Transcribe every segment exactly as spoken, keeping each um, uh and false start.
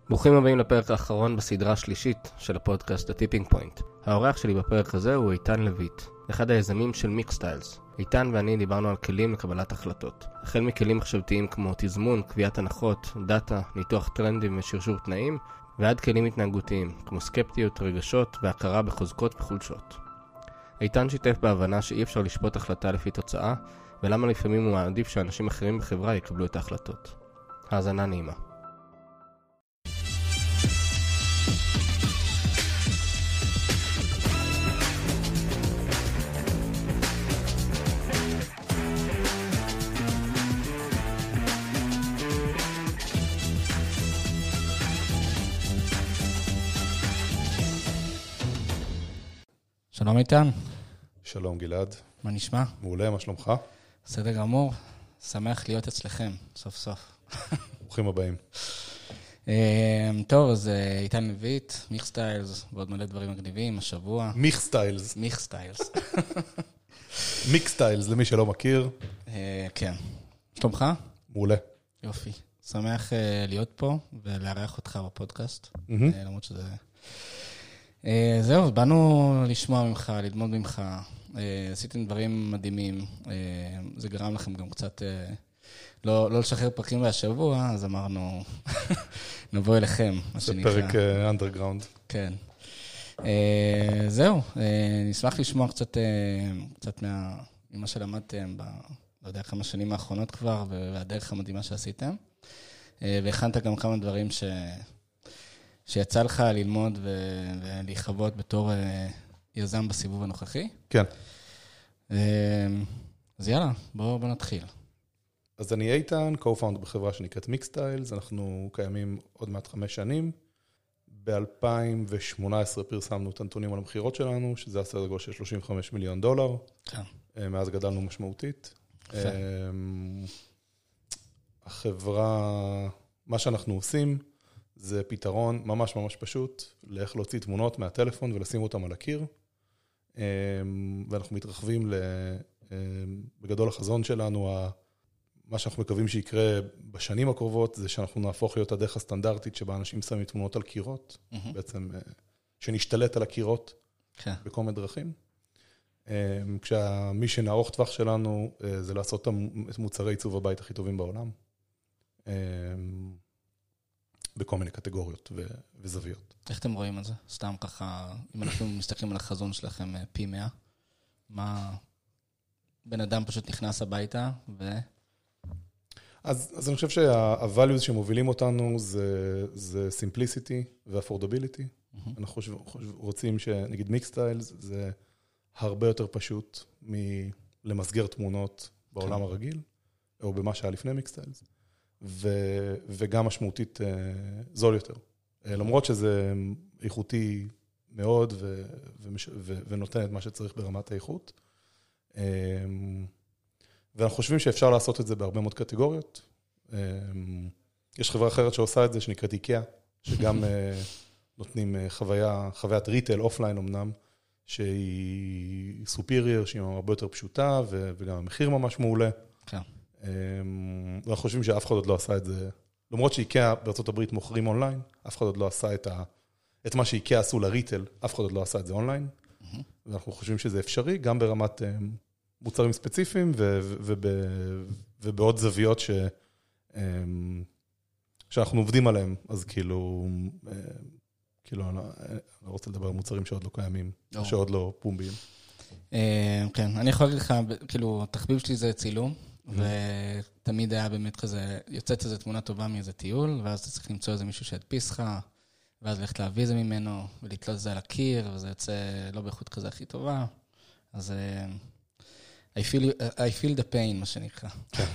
ברוכים הבאים לפרק האחרון בסדרה השלישית של הפודקאסט הטיפינג פוינט. האורח שלי בפרק הזה הוא איתן לויט, אחד היזמים של מיקסטיילס. איתן ואני דיברנו על כלים לקבלת החלטות. החל מכלים מחשבתיים כמו תזמון, קביעת הנחות, דאטה, ניתוח טרנדים ושרשור תנאים, ועד כלים התנהגותיים כמו סקפטיות, רגשות והכרה בחוזקות וחולשות. איתן שיתף בהבנה שאי אפשר לשפוט החלטה לפי תוצאה, ולמה לפעמים הוא מעדיף שאנשים אחרים בחברה יקבלו את ההחלטות. האזנה נעימה. שלום איתן. שלום גלעד. מה נשמע? מעולה, מה שלומך? בסדר גמור. שמח להיות אצלכם, סוף סוף. ברוכים הבאים. טוב, אז איתן לויט, מיקסטיילס, ועוד מלא דברים מגניבים, השבוע. מיקסטיילס. מיקסטיילס. מיקסטיילס, למי שלא מכיר. כן. שלומך? מעולה. יופי. שמח להיות פה ולארח אותך בפודקאסט. למרות שזה... זהו, באנו לשמוע ממך, ללמוד ממך, עשיתם דברים מדהימים, זה גרם לכם גם קצת לא, לא לשחרר פרקים מהשבוע, אז אמרנו, נבוא אליכם, מה שנקרא. זה פרק אנדרגראונד. כן. זהו, נשמח לשמוע קצת, קצת מה, ממה שלמדתם, ב, לא יודע, כמה שנים האחרונות כבר, והדרך המדהימה שעשיתם, והכנת גם כמה דברים ש... שיצא לך ללמוד ולהיחוות בתור יזם בסיבוב הנוכחי. כן. אז יאללה, בואו בוא נתחיל. אז אני איתן, co-founder בחברה שנקראת מיקסטיילס, אנחנו קיימים עוד מעט חמש שנים. ב-אלפיים ושמונה עשרה פרסמנו את הנתונים על המחירות שלנו, שזה הסדר גודל של שלושים וחמישה מיליון דולר. כן. מאז גדלנו משמעותית. יפה. החברה, מה שאנחנו עושים, זה פתרון ממש ממש פשוט, לאיך להוציא תמונות מהטלפון ולשים אותם על הקיר. ואנחנו מתרחבים בגדול החזון שלנו, מה שאנחנו מקווים שיקרה בשנים הקרובות, זה שאנחנו נהפוך להיות הדרך הסטנדרטית שבה אנשים שמים תמונות על קירות, בעצם שנשתלט על הקירות בכל מיני דרכים. כשהמישן הארוך טווח שלנו זה לעשות את מוצרי עיצוב הבית הכי טובים בעולם. בכל מיני קטגוריות ו- וזוויות. איך אתם רואים את זה? סתם ככה, אם אנחנו מסתכלים על החזון שלכם פי מאה, מה בן אדם פשוט נכנס הביתה ו... אז, אז אני חושב שה-values שמובילים אותנו זה, זה simplicity ו-affordability. Mm-hmm. אנחנו חושב, חושב, רוצים שנגיד מיקסטיילס זה הרבה יותר פשוט מלמסגר תמונות בעולם okay. הרגיל, או במה שהיה לפני מיקסטיילס. ו- וגם משמעותית זול יותר. למרות שזה איכותי מאוד ו- ו- ו- ונותן את מה שצריך ברמת האיכות. ואנחנו חושבים שאפשר לעשות את זה בהרבה מאוד קטגוריות. יש חברה אחרת שעושה את זה שנקראת איקאה, שגם נותנים חוויה, חוויית ריטל אופליין אמנם, שהיא סופירייר, שהיא הרבה יותר פשוטה ו- וגם המחיר ממש מעולה. כן. ואנחנו חושבים שאף אחד עוד לא עשה את זה, למרות שאיקאה בארצות הברית מוכרים אונליין, אף אחד עוד לא עשה את, ה, את מה שאיקאה עשו לריטל, אף אחד עוד לא עשה את זה אונליין, mm-hmm. ואנחנו חושבים שזה אפשרי, גם ברמת מוצרים ספציפיים, ו, ו, ו, ובעוד זוויות ש, שאנחנו עובדים עליהם, אז כאילו, כאילו, אני לא רוצה לדבר על מוצרים שעוד לא קיימים, או שעוד לא פומביים. כן, אני יכול להגיד לך, כאילו, התחביב שלי זה צילום, ותמיד היה באמת כזה, יוצאת איזו תמונה טובה מאיזה טיול, ואז אתה צריך למצוא איזה מישהו שידפיס לך, ואז ללכת להביא זה ממנו, ולתלות את זה על הקיר, וזה יוצא לא באיכות כזה הכי טובה. אז I feel, I feel the pain, מה שנקרא.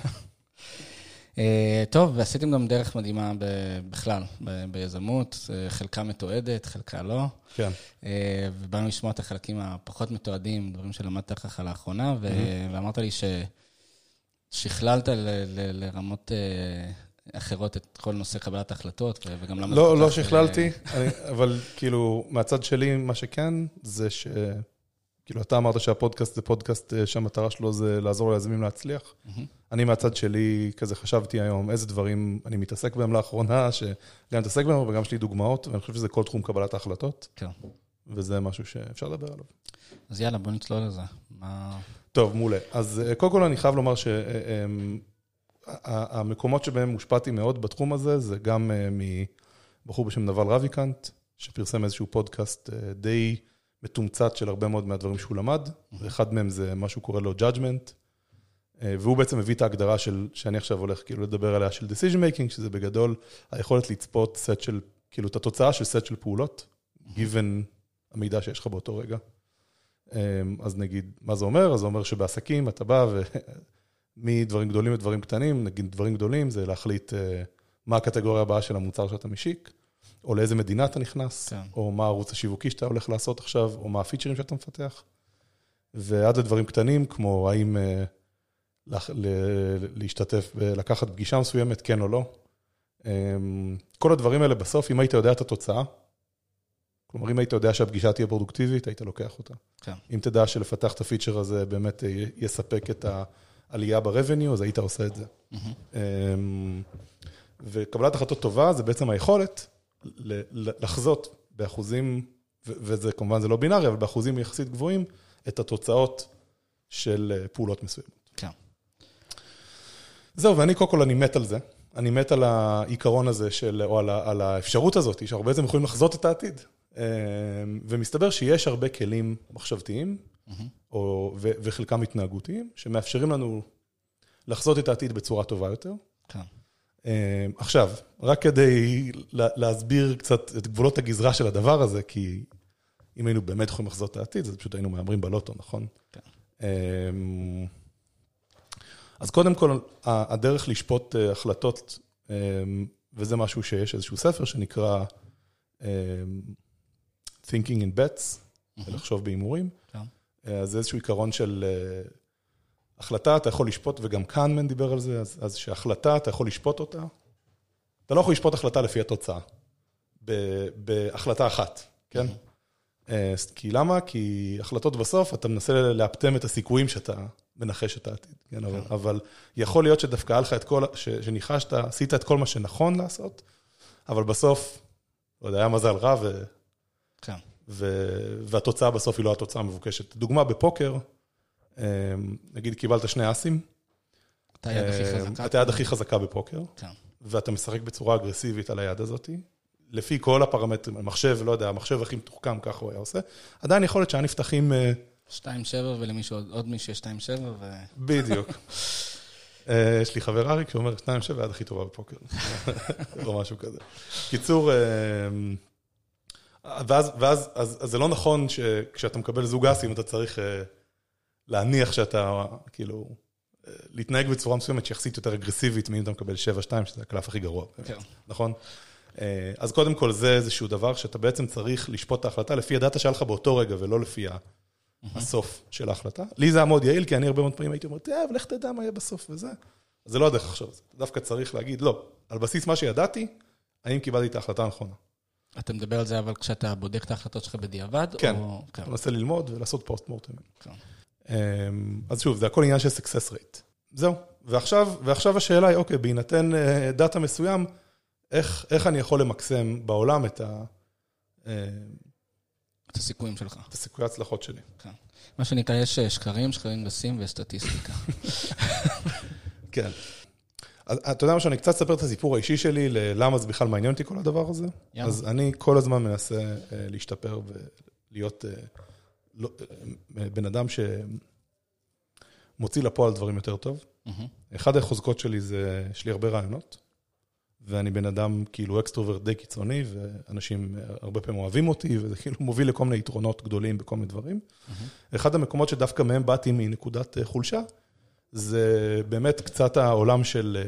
טוב, ועשיתם גם דרך מדהימה בכלל, ביזמות, חלקה מתועדת, חלקה לא. כן. ובאנו לשמוע את החלקים הפחות מתועדים, דברים שלמדת ככה לאחרונה, ואמרת לי ש... שכללת ל- ל- לרמות אחרות את כל נושא קבלת ההחלטות, וגם למה... לא, לא שכללתי, אבל כאילו, מהצד שלי, מה שכן, זה ש... כאילו, אתה אמרת שהפודקאסט זה פודקאסט שהמטרה שלו זה לעזור ליזמים להצליח. Mm-hmm. אני מהצד שלי כזה חשבתי היום איזה דברים אני מתעסק בהם לאחרונה, שגם מתעסק בהם, וגם יש לי דוגמאות, ואני חושב שזה כל תחום קבלת ההחלטות. כן. וזה משהו שאפשר לדבר עליו. אז יאללה, בוא נצלול לזה. מה... טוב, מעולה. אז קודם כל אני חייב לומר שהמקומות שבהם מושפעתי מאוד בתחום הזה, זה גם מבחור בשם נבל רביקנט, שפרסם איזשהו פודקאסט די מתומצת של הרבה מאוד מהדברים שהוא למד, ואחד מהם זה מה שהוא קורא לו judgment, והוא בעצם מביא את ההגדרה של, שאני עכשיו הולך כאילו לדבר עליה של decision making, שזה בגדול היכולת לצפות סט של, כאילו את התוצאה של סט של פעולות, given המידע שיש לך באותו רגע. אז נגיד, מה זה אומר? אז זה אומר שבעסקים אתה בא ומדברים גדולים לדברים קטנים, נגיד דברים גדולים זה להחליט מה הקטגוריה הבאה של המוצר שאתה משיק, או לאיזה מדינה אתה נכנס, כן. או מה הערוץ השיווקי שאתה הולך לעשות עכשיו, או מה הפיצ'רים שאתה מפתח. ועד לדברים קטנים, כמו האם להשתתף, לקחת פגישה מסוימת, כן או לא. כל הדברים האלה בסוף, אם היית יודע את התוצאה, כלומר, אם היית יודע שהפגישה תהיה פרודוקטיבית, היית לוקח אותה. כן. אם תדע שלפתח את הפיצ'ר הזה באמת יספק את העלייה ברבניו, אז היית עושה את זה. Mm-hmm. וקבלת החלטות טובה, זה בעצם היכולת לחזות באחוזים, וזה כמובן זה לא בינארי, אבל באחוזים יחסית גבוהים, את התוצאות של פעולות מסוימות. כן. זהו, ואני קודם כל אני מת על זה. אני מת על העיקרון הזה, של, או על, על האפשרות הזאת, שאנחנו בעצם יכולים לחזות את העתיד. ומסתבר שיש הרבה כלים מחשבתיים, או, ו, וחלקם התנהגותיים, שמאפשרים לנו לחזות את העתיד בצורה טובה יותר. כן. עכשיו, רק כדי להסביר קצת את גבולות הגזרה של הדבר הזה, כי אם היינו באמת יכולים לחזות את העתיד, אז פשוט היינו מאמרים בלוטו, נכון? כן. אז קודם כל, הדרך לשפוט החלטות, וזה משהו שיש איזשהו ספר שנקרא Thinking in Bets, לחשוב בהימורים. אז זה איזשהו עיקרון של החלטה, אתה יכול לשפוט, וגם קאנמן דיבר על זה, אז, אז שהחלטה, אתה יכול לשפוט אותה. אתה לא יכול לשפוט החלטה לפי התוצאה, בהחלטה אחת, כן? כי למה? כי החלטות בסוף, אתה מנסה לאפטם את הסיכויים שאתה מנחש את העתיד, כן? אבל, אבל יכול להיות שדווקא היה לך את כל, שניחשת, עשית את כל מה שנכון לעשות, אבל בסוף, לא יודע, היה מזל רע, ו, כן. ו, והתוצאה בסוף היא לא התוצאה המבוקשת. דוגמה בפוקר, נגיד קיבלת שני אסים, אתה היד הכי חזקה. אתה היד הכי חזקה בפוקר, כן. ואתה משחק בצורה אגרסיבית על היד הזאת, לפי כל הפרמטרים, המחשב, לא יודע, המחשב הכי מתוחכם, ככה הוא היה עושה, עדיין יכול להיות שהנפתחים... שתיים שבע, ולמישהו, עוד מישהו שתיים שבע, ו... בדיוק. יש לי חבר אריק שאומר, שתיים שבע, היד הכי טובה בפוקר. או משהו כזה. קיצור, ואז, ואז, אז, אז זה לא נכון שכשאתה מקבל זוג אסים, אתה צריך להניח שאתה, כאילו, להתנהג בצורה מסוימת שיחסית יותר אגרסיבית, מאם אתה מקבל שבע שתיים, שזה הקלף הכי גרוע. נכון? אז קודם כל זה איזשהו דבר שאתה בעצם צריך לשפוט את ההחלטה לפי הדאטה שלך באותו רגע, ולא לפי הסוף של ההחלטה. לי זה היה מאוד יעיל, כי אני הרבה מאוד פעמים הייתי אומר, תראה, אבל איך תדע מה יהיה בסוף וזה. אז זה לא הדרך עכשיו. דווקא צריך להגיד, לא, על בסיס מה שידעתי, האם קיבלתי את ההחלטה הנכונה. אתה מדבר על זה, אבל כשאתה בודק את ההחלטות שלך בדיעבד? כן, אתה מנסה ללמוד ולעשות פוסט-מורטם. אז שוב, זה הכל עניין של success rate. זהו. ועכשיו, ועכשיו השאלה היא, אוקיי, בהינתן דאטה מסוים, איך, איך אני יכול למקסם בעולם את ה... את הסיכויים שלך. את הסיכויי ההצלחות שלי. כן. מה שנקרא, יש שקרים, שקרים בסים וסטטיסטיקה. כן. אז אתה יודע מה שאני קצת אספר את הסיפור האישי שלי, ללמה זה בכלל מעניין אותי כל הדבר הזה. יאללה. אז אני כל הזמן מנסה להשתפר ולהיות בן אדם שמוציא לפועל דברים יותר טוב. אחד החוזקות שלי זה, יש לי הרבה רעיונות. ואני בן אדם כאילו אקסטרוברט די קיצוני, ואנשים הרבה פעמים אוהבים אותי, וזה כאילו מוביל לכל מיני יתרונות גדולים בכל מיני דברים. Mm-hmm. אחד המקומות שדווקא מהם באתי מנקודת חולשה, זה באמת קצת העולם של...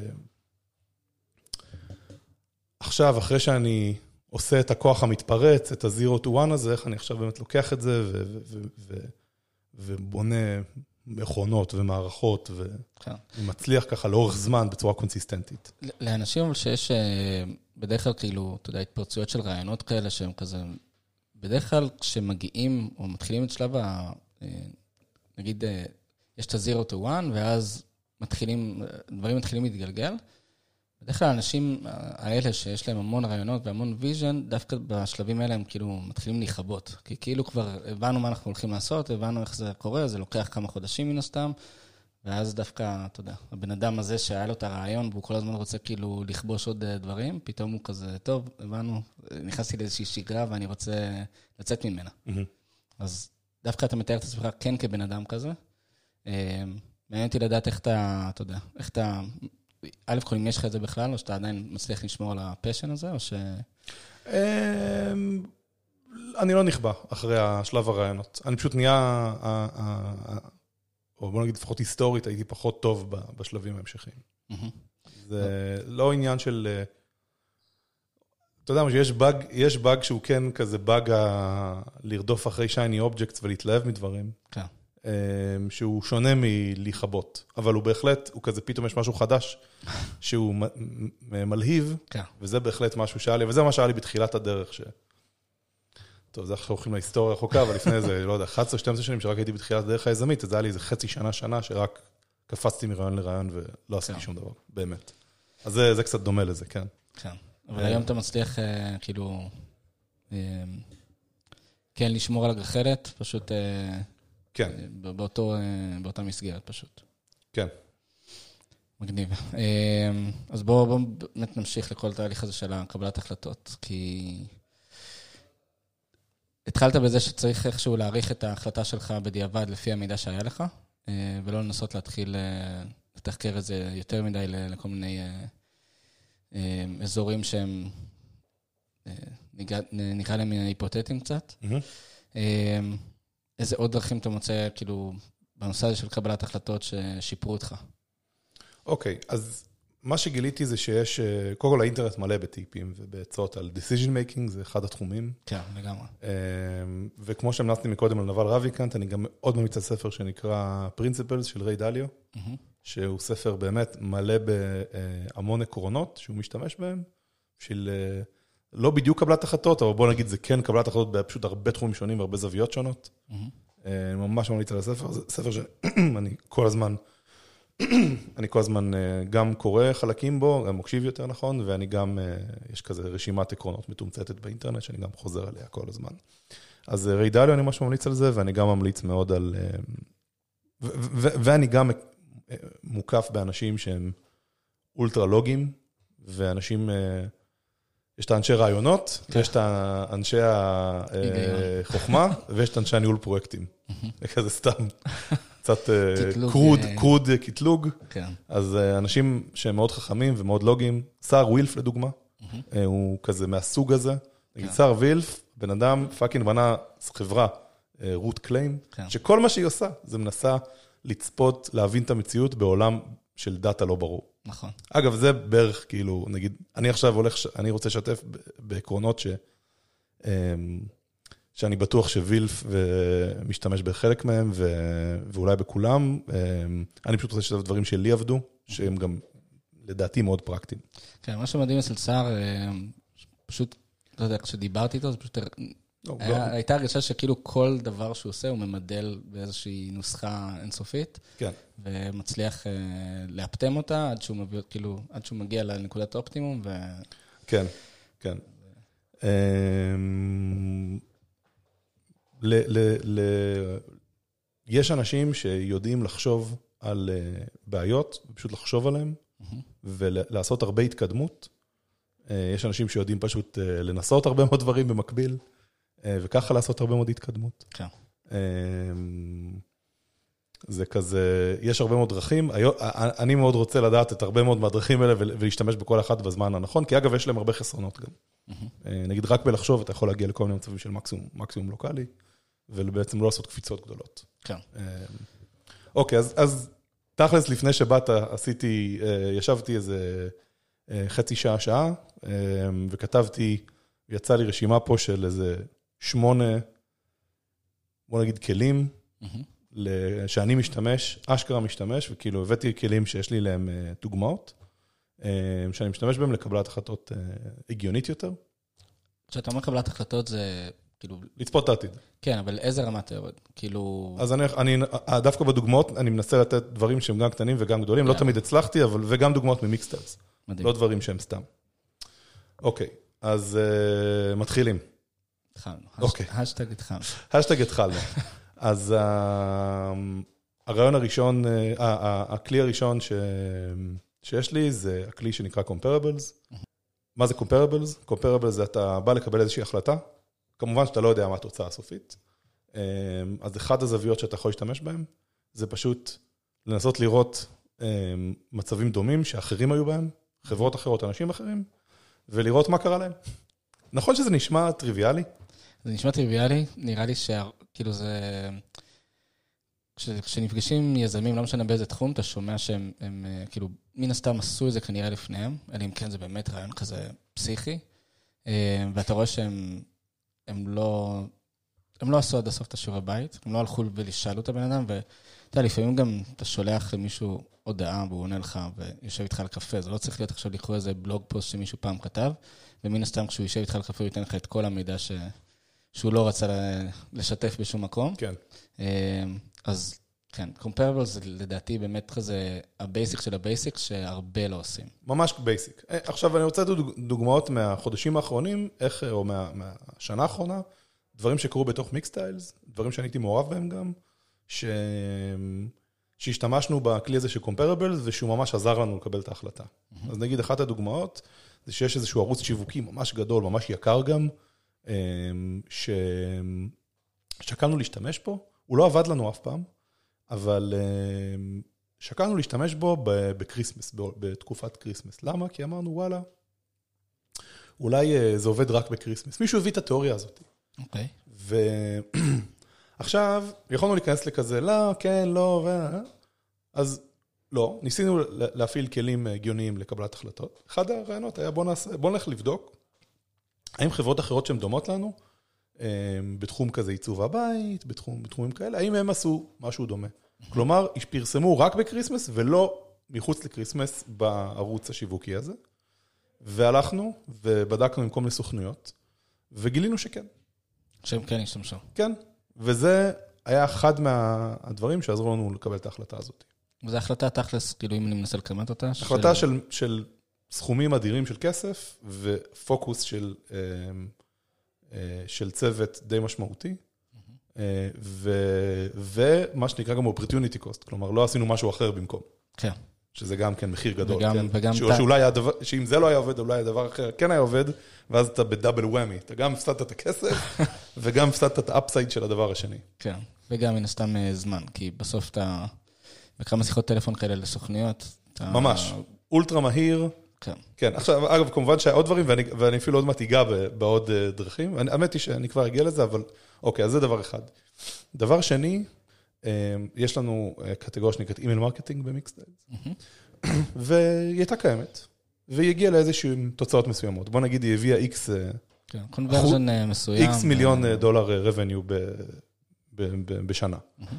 עכשיו, אחרי שאני עושה את הכוח המתפרץ, את ה-zero to one הזה, איך אני עכשיו באמת לוקח את זה, ו- ו- ו- ובונה מכונות ומערכות, ומצליח ככה לאורך זמן בצורה קונסיסטנטית. לאנשים אבל שיש בדרך כלל כאילו, אתה יודע, התפרצויות של רעיונות כאלה, שהם כזה, בדרך כלל כשמגיעים או מתחילים את שלב נגיד, יש את ה-zero to one, ואז מתחילים, דברים מתחילים להתגלגל. בדרך כלל האנשים האלה שיש להם המון רעיונות והמון ויז'ן, דווקא בשלבים האלה הם כאילו מתחילים להיחבות. כי כאילו כבר הבנו מה אנחנו הולכים לעשות, הבנו איך זה קורה, זה לוקח כמה חודשים מן הסתם, ואז דווקא, אתה יודע, הבן אדם הזה שהיה לו את הרעיון, והוא כל הזמן רוצה כאילו לכבוש עוד דברים, פתאום הוא כזה, טוב, הבנו, נכנסתי לאיזושהי שגרה ואני רוצה לצאת ממנה. Mm-hmm. אז דווקא אתה מתאר את עצמך כן כבן אדם כזה. מעניין אותי לדעת איך אתה, אתה יודע, איך אתה, א' כל אם יש לך את זה בכלל, או שאתה עדיין מצליח לשמור על הפשן הזה, או ש... אני לא נכבה אחרי השלב הרעיונות. אני פשוט נהיה, או בוא נגיד לפחות היסטורית, הייתי פחות טוב בשלבים ההמשכיים. זה לא עניין של... אתה יודע, יש באג, יש באג שהוא כן כזה באג לרדוף אחרי שייני אובג'קטס ולהתלהב מדברים. כן. שהוא שונה מלהיחבות, אבל הוא בהחלט, הוא כזה פתאום יש משהו חדש, שהוא מלהיב, וזה בהחלט משהו שהיה לי, וזה מה שהיה לי בתחילת הדרך, ש... טוב, זה עכשיו הולכים להיסטוריה רחוקה, אבל לפני זה, לא יודע, אחת עשרה שתים עשרה שנים, שרק הייתי בתחילת הדרך היזמית, אז זה היה לי איזה חצי שנה, שנה, שרק קפצתי מרעיון לרעיון, ולא עשיתי שום דבר, באמת. אז זה, זה קצת דומה לזה, כן. כן, אבל היום אתה מצליח, כאילו, כן, לשמור על הגחלת, פשוט... כן. באותו, באותה מסגרת פשוט. כן. מגניב. אז בואו בוא באמת נמשיך לכל תהליך הזה של קבלת החלטות, כי התחלת בזה שצריך איכשהו להעריך את ההחלטה שלך בדיעבד לפי המידע שהיה לך, ולא לנסות להתחיל לתחקר את זה יותר מדי לכל מיני אזורים שהם נקרא להם היפותטיים קצת. איזה עוד דרכים אתה מוצא, כאילו, בנושא הזה של קבלת החלטות ששיפרו אותך? אוקיי, אז מה שגיליתי זה שיש, קודם כל האינטרנט מלא בטיפים ובעצות על decision making, זה אחד התחומים. כן, לגמרי. וכמו שהמלצתי מקודם על נבל רביקנט, אני גם מאוד ממליץ על ספר שנקרא Principles של ריי דליו, שהוא ספר באמת מלא בהמון עקרונות שהוא משתמש בהם, בשביל... לא בדיוק קבלת החלטות, אבל בוא נגיד, זה כן קבלת החלטות בפשוט הרבה תחומים שונים והרבה זוויות שונות. אני ממש ממליץ על הספר, זה ספר שאני כל הזמן, אני כל הזמן גם קורא חלקים בו, גם מקשיב יותר נכון, ואני גם, יש כזה רשימת עקרונות מתומצתת באינטרנט, שאני גם חוזר עליה כל הזמן. אז ריי דליו, אני ממש ממליץ על זה, ואני גם ממליץ מאוד על, ואני גם מוקף באנשים שהם אולטרלוגים, ואנשים... יש את האנשי רעיונות, ויש את האנשי החוכמה, ויש את אנשי הניהול פרויקטים. זה כזה סתם, קצת קרוד קטלוג. אז אנשים שהם מאוד חכמים ומאוד לוגיים. שר ווילף לדוגמה, הוא כזה מהסוג הזה. נגיד שר ווילף, בן אדם פאקינג בנה חברה, רוט קליים, שכל מה שהיא עושה, זה מנסה לצפות, להבין את המציאות בעולם של דאטה לא ברור. נכון. אגב, זה בערך, כאילו, נגיד, אני עכשיו הולך, אני רוצה לשתף בעקרונות ש, שאני בטוח שווילף משתמש בחלק מהם, ו, ואולי בכולם. אני פשוט רוצה לשתף דברים שלי עבדו, שהם גם, לדעתי, מאוד פרקטיים. כן, מה שמדהים אצל סער, פשוט, לא יודע, כשדיברתי איתו, זה פשוט... הייתה הרגשה שכאילו כל דבר שהוא עושה הוא ממדל באיזושהי נוסחה אינסופית, כן. ומצליח לאפטם אותה עד שהוא מביא, כאילו, עד שהוא מגיע לנקודת אופטימום. ו... כן, כן. ל, ל, ל... יש אנשים שיודעים לחשוב על בעיות, פשוט לחשוב עליהם, ולעשות הרבה התקדמות. יש אנשים שיודעים פשוט לנסות הרבה מאוד דברים במקביל, וככה לעשות הרבה מאוד התקדמות. כן. זה כזה, יש הרבה מאוד דרכים, אני מאוד רוצה לדעת את הרבה מאוד מהדרכים האלה, ולהשתמש בכל אחד בזמן הנכון, כי אגב יש להם הרבה חסרונות גם. נגיד רק בלחשוב, אתה יכול להגיע לכל מיני מצבים של מקסימום, מקסימום לוקלי, ובעצם לא לעשות קפיצות גדולות. כן. אוקיי, אז, אז תכלס לפני שבאת, עשיתי, ישבתי איזה חצי שעה, שעה, וכתבתי, יצא לי רשימה פה של איזה שמונה, בוא נגיד כלים, שאני משתמש, אשכרה משתמש, וכאילו הבאתי כלים שיש לי להם דוגמאות, שאני משתמש בהם לקבלת החלטות הגיונית יותר. כשאתה אומר קבלת החלטות, זה כאילו... לצפות את העתיד. כן, אבל איזה רמה אתה יורד? כאילו... אז אני, אני, דווקא בדוגמאות, אני מנסה לתת דברים שהם גם קטנים וגם גדולים, לא תמיד הצלחתי, אבל, וגם דוגמאות ממיקסטרס. מדהים. לא דברים שהם סתם. אוקיי, אז uh, מתחילים. התחלנו. אוקיי. השטג התחלנו. השטג התחלנו. אז uh, הרעיון הראשון, uh, uh, uh, הכלי הראשון ש, שיש לי, זה הכלי שנקרא Comparables. מה זה Comparables? Comparables זה אתה בא לקבל איזושהי החלטה, כמובן שאתה לא יודע מה התוצאה הסופית. אז אחד הזוויות שאתה יכול להשתמש בהם, זה פשוט לנסות לראות מצבים דומים שאחרים היו בהם, חברות אחרות, אנשים אחרים, ולראות מה קרה להם. נכון שזה נשמע טריוויאלי? זה נשמע טריוויאלי, נראה לי שכאילו זה... כשנפגשים יזמים, לא משנה באיזה תחום, אתה שומע שהם הם, כאילו, מן הסתם עשו את זה כנראה לפניהם, אלא אם כן זה באמת רעיון כזה פסיכי, ואתה רואה שהם הם לא, הם לא עשו עד הסוף את השיעורי בית, הם לא הלכו ולשאלו את הבן אדם, ואתה יודע, לפעמים גם אתה שולח למישהו הודעה, והוא עונה לך ויושב איתך לקפה, זה לא צריך להיות עכשיו לקרוא איזה בלוג פוסט שמישהו פעם כתב, ומן הסתם כשהוא יושב איתך לקפה, הוא ייתן לך את כל המידע ש... שהוא לא רצה לשתף בשום מקום. כן. אז כן, Comparables זה לדעתי באמת כזה הבייסיק של הבייסיק שהרבה לא עושים. ממש בייסיק. עכשיו אני רוצה דוגמאות מהחודשים האחרונים, איך, או מה, מהשנה האחרונה, דברים שקרו בתוך מיקסטיילס, דברים שאני הייתי מעורב בהם גם, ש... שהשתמשנו בכלי הזה של Comparables, ושהוא ממש עזר לנו לקבל את ההחלטה. Mm-hmm. אז נגיד, אחת הדוגמאות, זה שיש איזשהו ערוץ שיווקי ממש גדול, ממש יקר גם, ש... שקלנו להשתמש פה, הוא לא עבד לנו אף פעם, אבל שקלנו להשתמש בו בקריסמס, בתקופת קריסמס. למה? כי אמרנו, וואלה, אולי זה עובד רק בקריסמס. מישהו הביא את התיאוריה הזאת. אוקיי. ועכשיו, יכולנו להיכנס לכזה, לא, כן, לא, ו... אז לא, ניסינו להפעיל כלים הגיוניים לקבלת החלטות. אחד הרעיונות היה, בוא נעשה, בוא נלך לבדוק, האם חברות אחרות שהן דומות לנו, בתחום כזה עיצוב הבית, בתחום, בתחומים כאלה, האם הם עשו משהו דומה? כלומר, פרסמו רק בקריסמס ולא מחוץ לקריסמס בערוץ השיווקי הזה, והלכנו ובדקנו עם כל מיני סוכנויות, וגילינו שכן. שהם כן השתמשו. כן, וזה היה אחד מהדברים שעזרו לנו לקבל את ההחלטה הזאת. וזו החלטה תכלס, כאילו אם אני מנסה לקמת אותה? החלטה של, של סכומים אדירים של כסף, ופוקוס של... של צוות די משמעותי, ומה שנקרא גם opportunity cost, כלומר, לא עשינו משהו אחר במקום. כן. שזה גם כן מחיר גדול. וגם, וגם... שאם זה לא היה עובד, אולי הדבר אחר כן היה עובד, ואז אתה בדאבל וואמי. אתה גם הפסדת את הכסף, וגם הפסדת את האפסייד של הדבר השני. כן, וגם מן הסתם זמן, כי בסוף אתה... בכמה שיחות טלפון כאלה לסוכניות, אתה... ממש. אולטרה מהיר. כן. כן, עכשיו, אגב, כמובן שהעוד דברים, ואני, ואני אפילו עוד מעט אגע בעוד דרכים, האמת היא שאני כבר אגיע לזה, אבל אוקיי, אז זה דבר אחד. דבר שני, יש לנו קטגוריה שנקראת אימייל מרקטינג במיקסטיילס, והיא הייתה קיימת, והיא הגיעה לאיזשהם תוצאות מסוימות. בוא נגיד, היא הביאה X... כן, קונברז'ן מסוים. X מיליון דולר רבניו בשנה.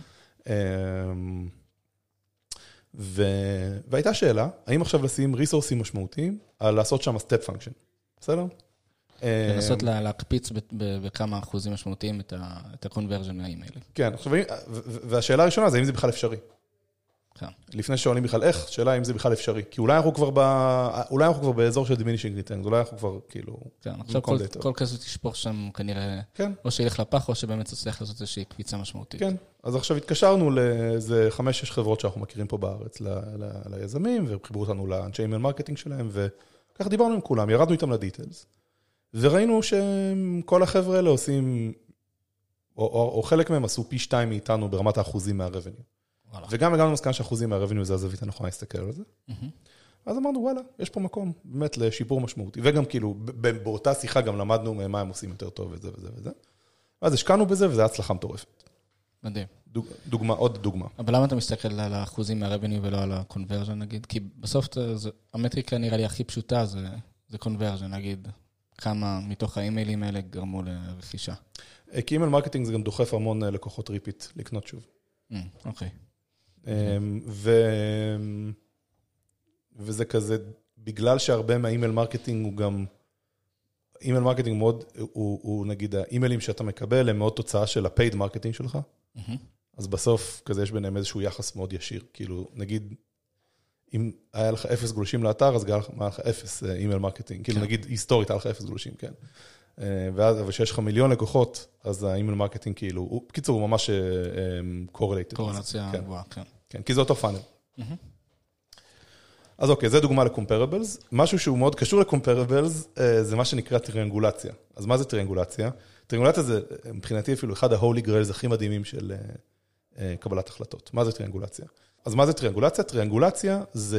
ו... והייתה שאלה, האם עכשיו לשים ריסורסים משמעותיים, על לעשות שם סטפ פונקשן, בסדר? לנסות להקפיץ בכמה אחוזים משמעותיים את הקונברז'ן מהאימייל. כן, עכשיו, והשאלה הראשונה זה האם זה בכלל אפשרי. כן. לפני שואלים בכלל איך, שאלה האם זה בכלל אפשרי. כי אולי אנחנו כבר, ב... אולי אנחנו כבר באזור של diminishing returns, אולי אנחנו כבר כאילו... כן, עכשיו כל, כל כזה תשפוך שם כנראה, כן. או שילך לפח, או שבאמת תצליח לעשות איזושהי קפיצה משמעותית. כן, אז עכשיו התקשרנו לאיזה חמש-שש חברות שאנחנו מכירים פה בארץ, ל... ל... ליזמים, וחיברו אותנו לאנשי אימייל מרקטינג שלהם, וכך דיברנו עם כולם, ירדנו איתם לדיטלס, וראינו שכל החבר'ה האלה עושים, או, או, או חלק מהם עשו פי שתיים מאיתנו ברמת האחוזים מהרבניו. וגם הגענו למסקנה שאחוזים מהרבניו זה הזווית הנכונה להסתכל על זה. אז אמרנו, וואלה, יש פה מקום באמת לשיפור משמעותי. וגם כאילו, באותה שיחה גם למדנו מה הם עושים יותר טוב וזה וזה וזה. אז השקענו בזה וזה הצלחה מטורפת. מדהים. דוגמה, עוד דוגמה. אבל למה אתה מסתכל על האחוזים מהרבניו ולא על הקונברז'ן, נגיד? כי בסוף המטריקה נראה לי הכי פשוטה זה קונברז'ן, נגיד. כמה מתוך האימיילים האלה גרמו לרכישה. כי אימייל מרקטינג זה גם דוחף המון לקוחות ריפיט לקנות שוב. אוקיי. ו... וזה כזה, בגלל שהרבה מהאימייל מרקטינג הוא גם אימייל מרקטינג מאוד, הוא, הוא נגיד, האימיילים שאתה מקבל הם מאוד תוצאה של הפייד מרקטינג שלך, אז בסוף כזה יש ביניהם איזשהו יחס מאוד ישיר, כאילו, נגיד, אם היה לך אפס גלושים לאתר, אז היה לך אפס אימייל מרקטינג, כאילו נגיד, היסטורית היה לך אפס גלושים, כן. ואז, אבל שיש לך מיליון לקוחות, אז האימייל מרקטינג כאילו, הוא, בקיצור, הוא ממש קורלייטד. קורלציה גבוהה, כן. כן, כי זה אותו פאנל. אז אוקיי, זה דוגמה לקומפרבלס. משהו שהוא מאוד קשור לקומפרבלס, זה מה שנקרא טריאנגולציה. אז מה זה טריאנגולציה? טריאנגולציה זה, מבחינתי אפילו, אחד ה-Holy Grails הכי מדהימים של קבלת החלטות. מה זה טריאנגולציה? אז מה זה טריאנגולציה? טריאנגולציה זה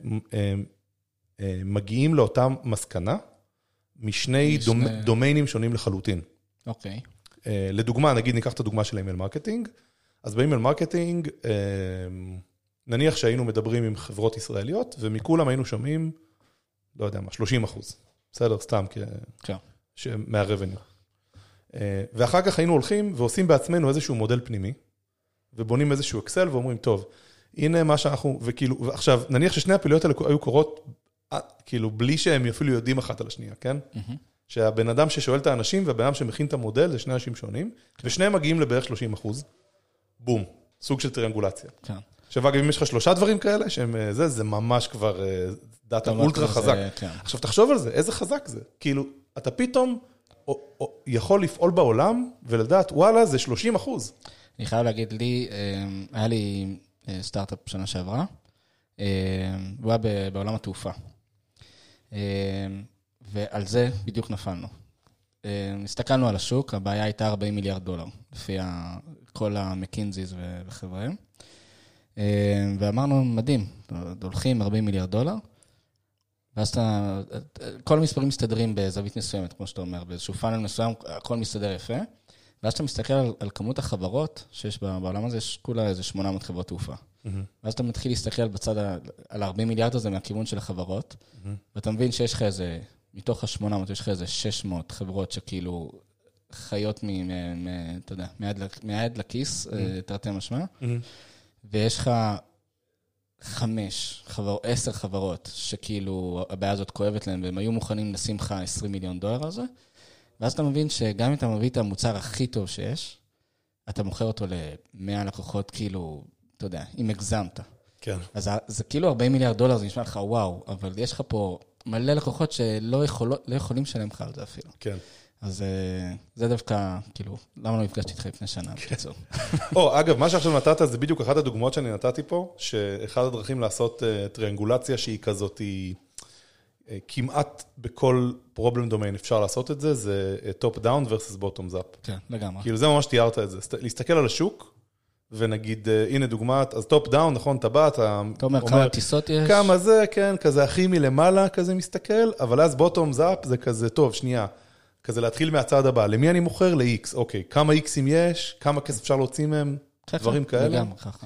שמגיעים לאותה מסקנה, משני דומיינים שונים לחלוטין. אוקיי. לדוגמה, נגיד ניקח את הדוגמה של אימייל מרקטינג, אז באימייל מרקטינג, נניח שהיינו מדברים עם חברות ישראליות, ומכולם היינו שומעים, לא יודע מה, שלושים אחוז. בסדר, סתם, מהרבניו. ואחר כך היינו הולכים ועושים בעצמנו איזשהו מודל פנימי, ובונים איזשהו אקסל ואומרים, טוב, הנה מה שאנחנו, וכאילו, ועכשיו, נניח ששני הפעילויות האלה היו קורות, כאילו, בלי שהם אפילו יודעים אחת על השנייה, כן? שהבן אדם ששואל את האנשים, והבן אדם שמכין את המודל, זה שני אנשים שונים, ושניהם מגיעים לבערך שלושים אחוז. בום. סוג של טריאנגולציה. כן. עכשיו, אגב, אם יש לך שלושה דברים כאלה, שהם זה, זה ממש כבר דאטה אולטרה חזק. עכשיו, תחשוב על זה, איזה חזק זה. כאילו, אתה פתאום יכול לפעול בעולם, ולדעת, וואלה, זה שלושים אחוז. אני חייב להגיד לי, היה לי סטארט-אפ שנה שעברה, הוא היה בעולם התעופה. ועל זה בדיוק נפלנו. הסתכלנו על השוק, הבעיה הייתה ארבעים מיליארד דולר, לפי כל המקינזיז וחבריהם. ואמרנו, מדהים, הולכים ארבעים מיליארד דולר, ואז אתה, כל המספרים מסתדרים בזווית מסוימת, כמו שאתה אומר, באיזשהו פאנל מסוים, הכל מסתדר יפה, ואז אתה מסתכל על, על כמות החברות שיש בעולם הזה, יש כולה איזה שמונה מאות חברות תעופה. Mm-hmm. ואז אתה מתחיל להסתכל בצד, על ארבעים מיליארד הזה מהכיוון של החברות, mm-hmm. ואתה מבין שיש לך איזה, מתוך ה-שמונה מאות, יש לך איזה שש מאות חברות שכאילו חיות מ, מ, מ, אתה יודע, מהיד לכיס, mm-hmm. תרתי משמע, mm-hmm. ויש לך חמש, חבר, עשר חברות שכאילו הבעיה הזאת כואבת להם, והם היו מוכנים לשים לך עשרים מיליון דולר על זה, ואז אתה מבין שגם אם אתה מביא את המוצר הכי טוב שיש, אתה מוכר אותו ל-מאה לקוחות, כאילו, אתה יודע, אם הגזמת. כן. אז זה כאילו ארבעים מיליארד דולר, זה נשמע לך וואו, אבל יש לך פה מלא לקוחות שלא יכול, לא יכולים לשלם לך על זה אפילו. כן. אז זה דווקא, כאילו, למה לא נפגשתי איתך לפני שנה? בקיצור. או, אגב, מה שעכשיו נתת, זה בדיוק אחת הדוגמאות שאני נתתי פה, שאחד הדרכים לעשות טריאנגולציה שהיא כזאת, היא כמעט בכל פרובלם דומיין אפשר לעשות את זה, זה top down versus bottom up. כן, לגמרי. כאילו זה ממש תיארת את זה. להסתכל על השוק, ונגיד, הנה דוגמת, אז top down, נכון, אתה בא, אתה אומר, כמה טיסות יש? כמה זה, כן, כזה הכי מלמעלה, כזה מסתכל, אבל אז bottom up זה כזה, טוב, שנייה, כזה להתחיל מהצעד הבא, למי אני מוכר? ל-X, אוקיי, כמה X'ים יש, כמה כסף אפשר להוציא מהם, דברים כאלה. לגמרי, ככה.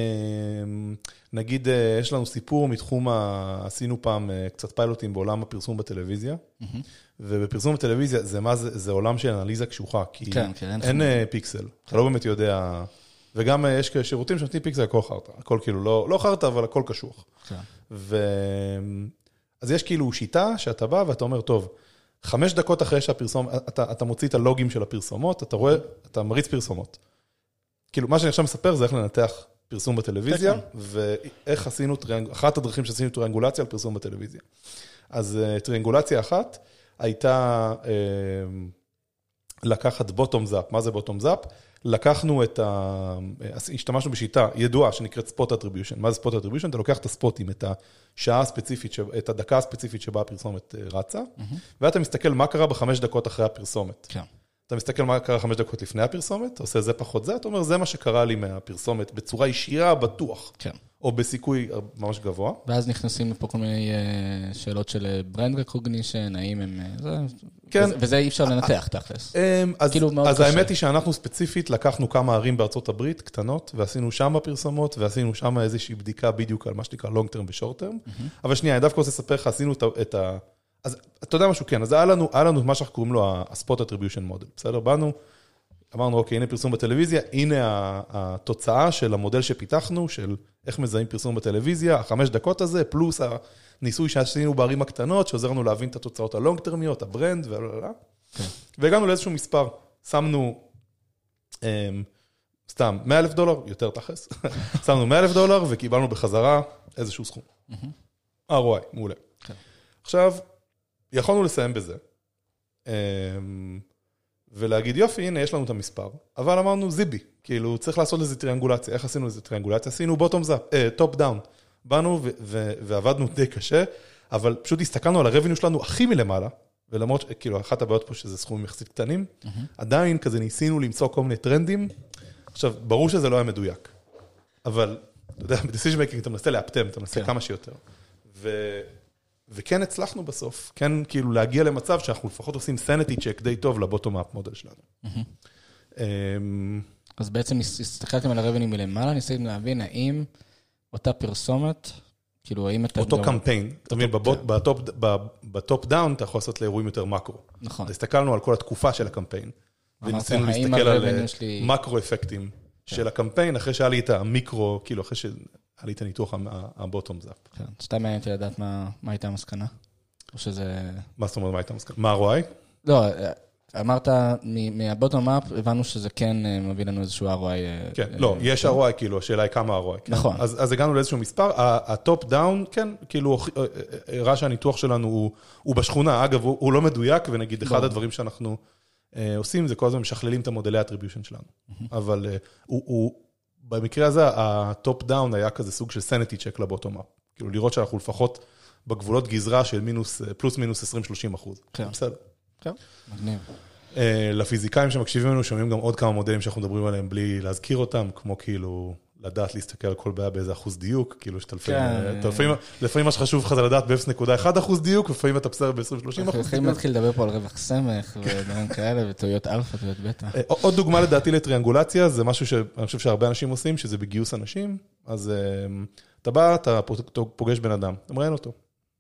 נגיד, יש לנו סיפור מתחום, עשינו פעם קצת פיילוטים בעולם הפרסום בטלוויזיה, ובפרסום בטלוויזיה זה מה זה, זה עולם של אנליזה קשוחה, כי אין פיקסל, אתה לא באמת יודע, וגם יש שירותים שנותנים פיקסל, הכל חרטה, הכל כאילו לא חרטה, אבל הכל קשוח. אז יש כאילו שיטה שאתה בא ואתה אומר, טוב, חמש דקות אחרי שהפרסום, אתה, אתה מוציא את הלוגים של הפרסומות, אתה רואה, אתה מריץ פרסומות. כאילו, מה שאני עכשיו מספר זה איך לנתח פרסום בטלוויזיה, ואיך עשינו, אחת הדרכים שעשינו טריאנגולציה על פרסום בטלוויזיה. אז טריאנגולציה אחת הייתה לקחת bottom up. מה זה bottom up? לקחנו את ה... השתמשנו בשיטה ידועה שנקראת spot attribution. מה זה spot attribution? אתה לוקח את הספוטים, את השעה הספציפית, את הדקה הספציפית שבה הפרסומת רצה, ואתה מסתכל מה קרה בחמש דקות אחרי הפרסומת. כן. אתה מסתכל מה קרה חמש דקות לפני הפרסומת, עושה זה פחות זה, אתה אומר, זה מה שקרה לי מהפרסומת, בצורה ישירה, בטוח. כן. או בסיכוי ממש גבוה. ואז נכנסים לפה כל מיני שאלות של ברנד רקוגנישן, האם הם... כן. וזה אי אפשר לנתח תכלס. אז האמת היא שאנחנו ספציפית לקחנו כמה ערים בארצות הברית, קטנות, ועשינו שם פרסומות, ועשינו שם איזושהי בדיקה בדיוק על מה שנקרא long term ו-short term. אבל שנייה, אני דווקא רוצה לספר לך, עשינו את ה... אז אתה יודע משהו, כן, אז היה לנו, היה לנו מה שאנחנו קוראים לו ה-spot attribution model, בסדר? באנו, אמרנו, אוקיי, הנה פרסום בטלוויזיה, הנה התוצאה של המודל שפיתחנו, של איך מזהים פרסום בטלוויזיה, החמש דקות הזה, פלוס הניסוי שעשינו בערים הקטנות, שעוזר לנו להבין את התוצאות הלונג-טרמיות, הברנד, וללה. והגענו לאיזשהו מספר, שמנו, סתם, מאה אלף דולר, יותר תחס, שמנו מאה אלף דולר, וקיבלנו בחזרה איזשהו סכום. אר או איי, מעולה. עכשיו, יכולנו לסיים בזה, ולהגיד, יופי, הנה, יש לנו את המספר, אבל אמרנו, זיבי, כאילו, צריך לעשות לזה טריאנגולציה. איך עשינו לזה טריאנגולציה? עשינו בוטום זאפ, טופ דאון. באנו ועבדנו די קשה, אבל פשוט הסתכלנו על הרבניו שלנו הכי מלמעלה, ולמרות, כאילו, אחת הבעיות פה שזה סכומים יחסית קטנים, עדיין כזה ניסינו למצוא כל מיני טרנדים. עכשיו, ברור שזה לא היה מדויק, אבל, אתה יודע, ב-decision making אתה מנסה לאפטם, אתה מנסה כמה שיותר. ו... וכן הצלחנו בסוף, כן כאילו להגיע למצב שאנחנו לפחות עושים sanity check די טוב לבוטום-אפ מודל שלנו. אז בעצם הסתכלתם על הרבנים מלמעלה, ניסיתם להבין האם אותה פרסומת, כאילו האם אתה... אותו קמפיין, אתה מבין, בטופ דאון אתה יכול לעשות לאירועים יותר מקרו. נכון. הסתכלנו על כל התקופה של הקמפיין, וניסינו להסתכל על מקרו אפקטים של הקמפיין, אחרי שהיה לי את המיקרו, כאילו אחרי ש... היה לי את הניתוח הבוטום זאפ. כן, סתם מעניין אותי לדעת מה הייתה המסקנה? או שזה... מה זאת אומרת, מה הייתה המסקנה? מה ה-אר או איי? לא, אמרת, מהבוטום אפ, הבנו שזה כן מביא לנו איזשהו אר או איי. כן, לא, יש אר או איי, כאילו, השאלה היא כמה אר או איי. נכון. אז הגענו לאיזשהו מספר, הטופ דאון, כן, כאילו, הראה שהניתוח שלנו הוא בשכונה, אגב, הוא לא מדויק, ונגיד, אחד הדברים שאנחנו עושים, זה כל הזמן משכללים את המודלי האטריביושן שלנו. אבל הוא... במקרה הזה, הטופ דאון היה כזה סוג של sanity check לבוטום-אפ. כאילו, לראות שאנחנו לפחות בגבולות גזרה של מינוס, פלוס מינוס עשרים שלושים אחוז. כן. בסדר. כן, מגניב. לפיזיקאים שמקשיבים לנו, שומעים גם עוד כמה מודלים שאנחנו מדברים עליהם בלי להזכיר אותם, כמו כאילו, לדעת להסתכל על כל בעיה באיזה אחוז דיוק, כאילו שאתה לפעמים, לפעמים מה שחשוב לך זה לדעת ב-אפס נקודה אחת אחוז דיוק, ולפעמים אתה בסדר ב-עשרים שלושים אחוז דיוק. אנחנו יכולים להתחיל לדבר פה על רווח סמך ודברים כאלה, וטעויות אלפא, טעויות בטא. עוד דוגמה לדעתי לטריאנגולציה, זה משהו שאני חושב שהרבה אנשים עושים, שזה בגיוס אנשים, אז אתה בא, אתה פוגש בן אדם, אתה מראיין אותו.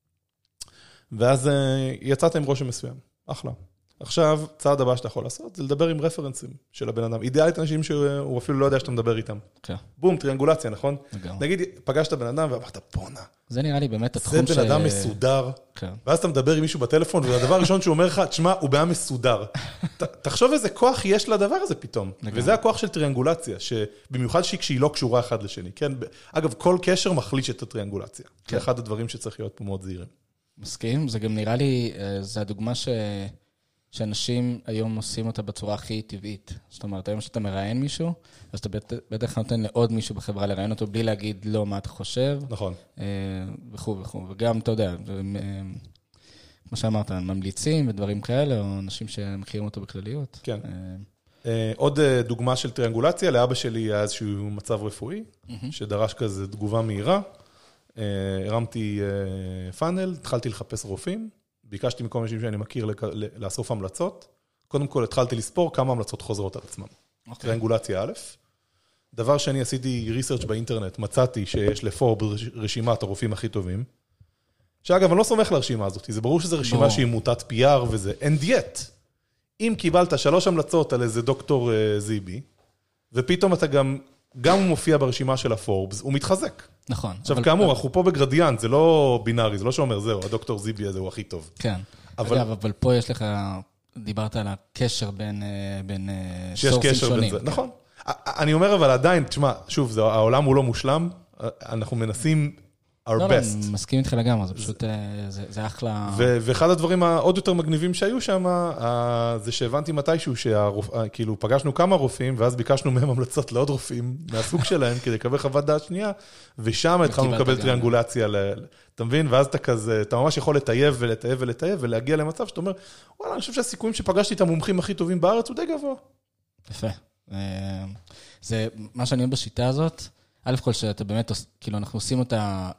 ואז יצאת עם רושם מסוים, אחלה. עכשיו, צעד הבא שאתה יכול לעשות, זה לדבר עם רפרנסים של הבן אדם. אידיאלית אנשים שהוא אפילו לא יודע שאתה מדבר איתם. כן. בום, טריאנגולציה, נכון? נגיד, פגשת בן אדם ואמרת, בונה. זה נראה לי באמת התחום ש... זה בן אדם מסודר. כן. ואז אתה מדבר עם מישהו בטלפון, והדבר הראשון שהוא אומר לך, תשמע, הוא בעיה מסודר. תחשוב איזה כוח יש לדבר הזה פתאום. וזה הכוח של טריאנגולציה, שבמיוחד כשהיא לא קשורה אחד לשני. כן? אגב, כל קשר מחליש את הטריאנגולציה. זה אחד הדברים שצריך להיות פה מאוד זהירים. מסכים, זה גם נראה לי, זה הדוגמה ש... שאנשים היום עושים אותה בצורה הכי טבעית. זאת אומרת, היום שאתה מראיין מישהו, אז אתה בטח נותן לעוד מישהו בחברה לראיין אותו, בלי להגיד לא מה אתה חושב. נכון. וכו' וכו'. וגם, אתה יודע, כמו שאמרת, ממליצים ודברים כאלה, או אנשים שמכירים אותו בכלליות. כן. עוד דוגמה של טריאנגולציה, לאבא שלי היה איזשהו מצב רפואי, שדרש כזה תגובה מהירה. הרמתי פאנל, התחלתי לחפש רופאים, ביקשתי מכל אנשים שאני מכיר לאסוף המלצות. קודם כל התחלתי לספור כמה המלצות חוזרות על עצמם. טריאנגולציה א'. דבר שני, עשיתי ריסרצ' באינטרנט, מצאתי שיש לפורב רשימת הרופאים הכי טובים. שאגב, אני לא סומך לרשימה הזאת, זה ברור שזו רשימה שהיא מוטת פי אר וזה. And yet, אם קיבלת שלוש המלצות על איזה דוקטור זיבי, ופתאום אתה גם, גם הוא מופיע ברשימה של הפורבס, הוא מתחזק. נכון. עכשיו, כאמור, אנחנו פה בגרדיאנט, זה לא בינארי, זה לא שאומר, זהו, הדוקטור זיבי הזה הוא הכי טוב. כן. אגב, אבל פה יש לך, דיברת על הקשר בין סורסים שונים. נכון. אני אומר, אבל עדיין, תשמע, שוב, העולם הוא לא מושלם, אנחנו מנסים our best. לא, לא, מסכים איתך לגמרי, זה פשוט, זה אחלה... ואחד הדברים העוד יותר מגניבים שהיו שם, זה שהבנתי מתישהו, כאילו פגשנו כמה רופאים, ואז ביקשנו מהם המלצות לעוד רופאים, מהסוג שלהם, כדי לקבל חוות דעת שנייה, ושם התחלנו לקבל טריאנגולציה, אתה מבין? ואז אתה כזה, אתה ממש יכול לטייב ולטייב ולטייב, ולהגיע למצב שאתה אומר, וואלה, אני חושב שהסיכויים שפגשתי את המומחים הכי טובים בארץ הוא די גבוה. יפה. זה מה שאני אוהב בשיטה הזאת, א' כל שאתה באמת, כאילו אנחנו עושים אותה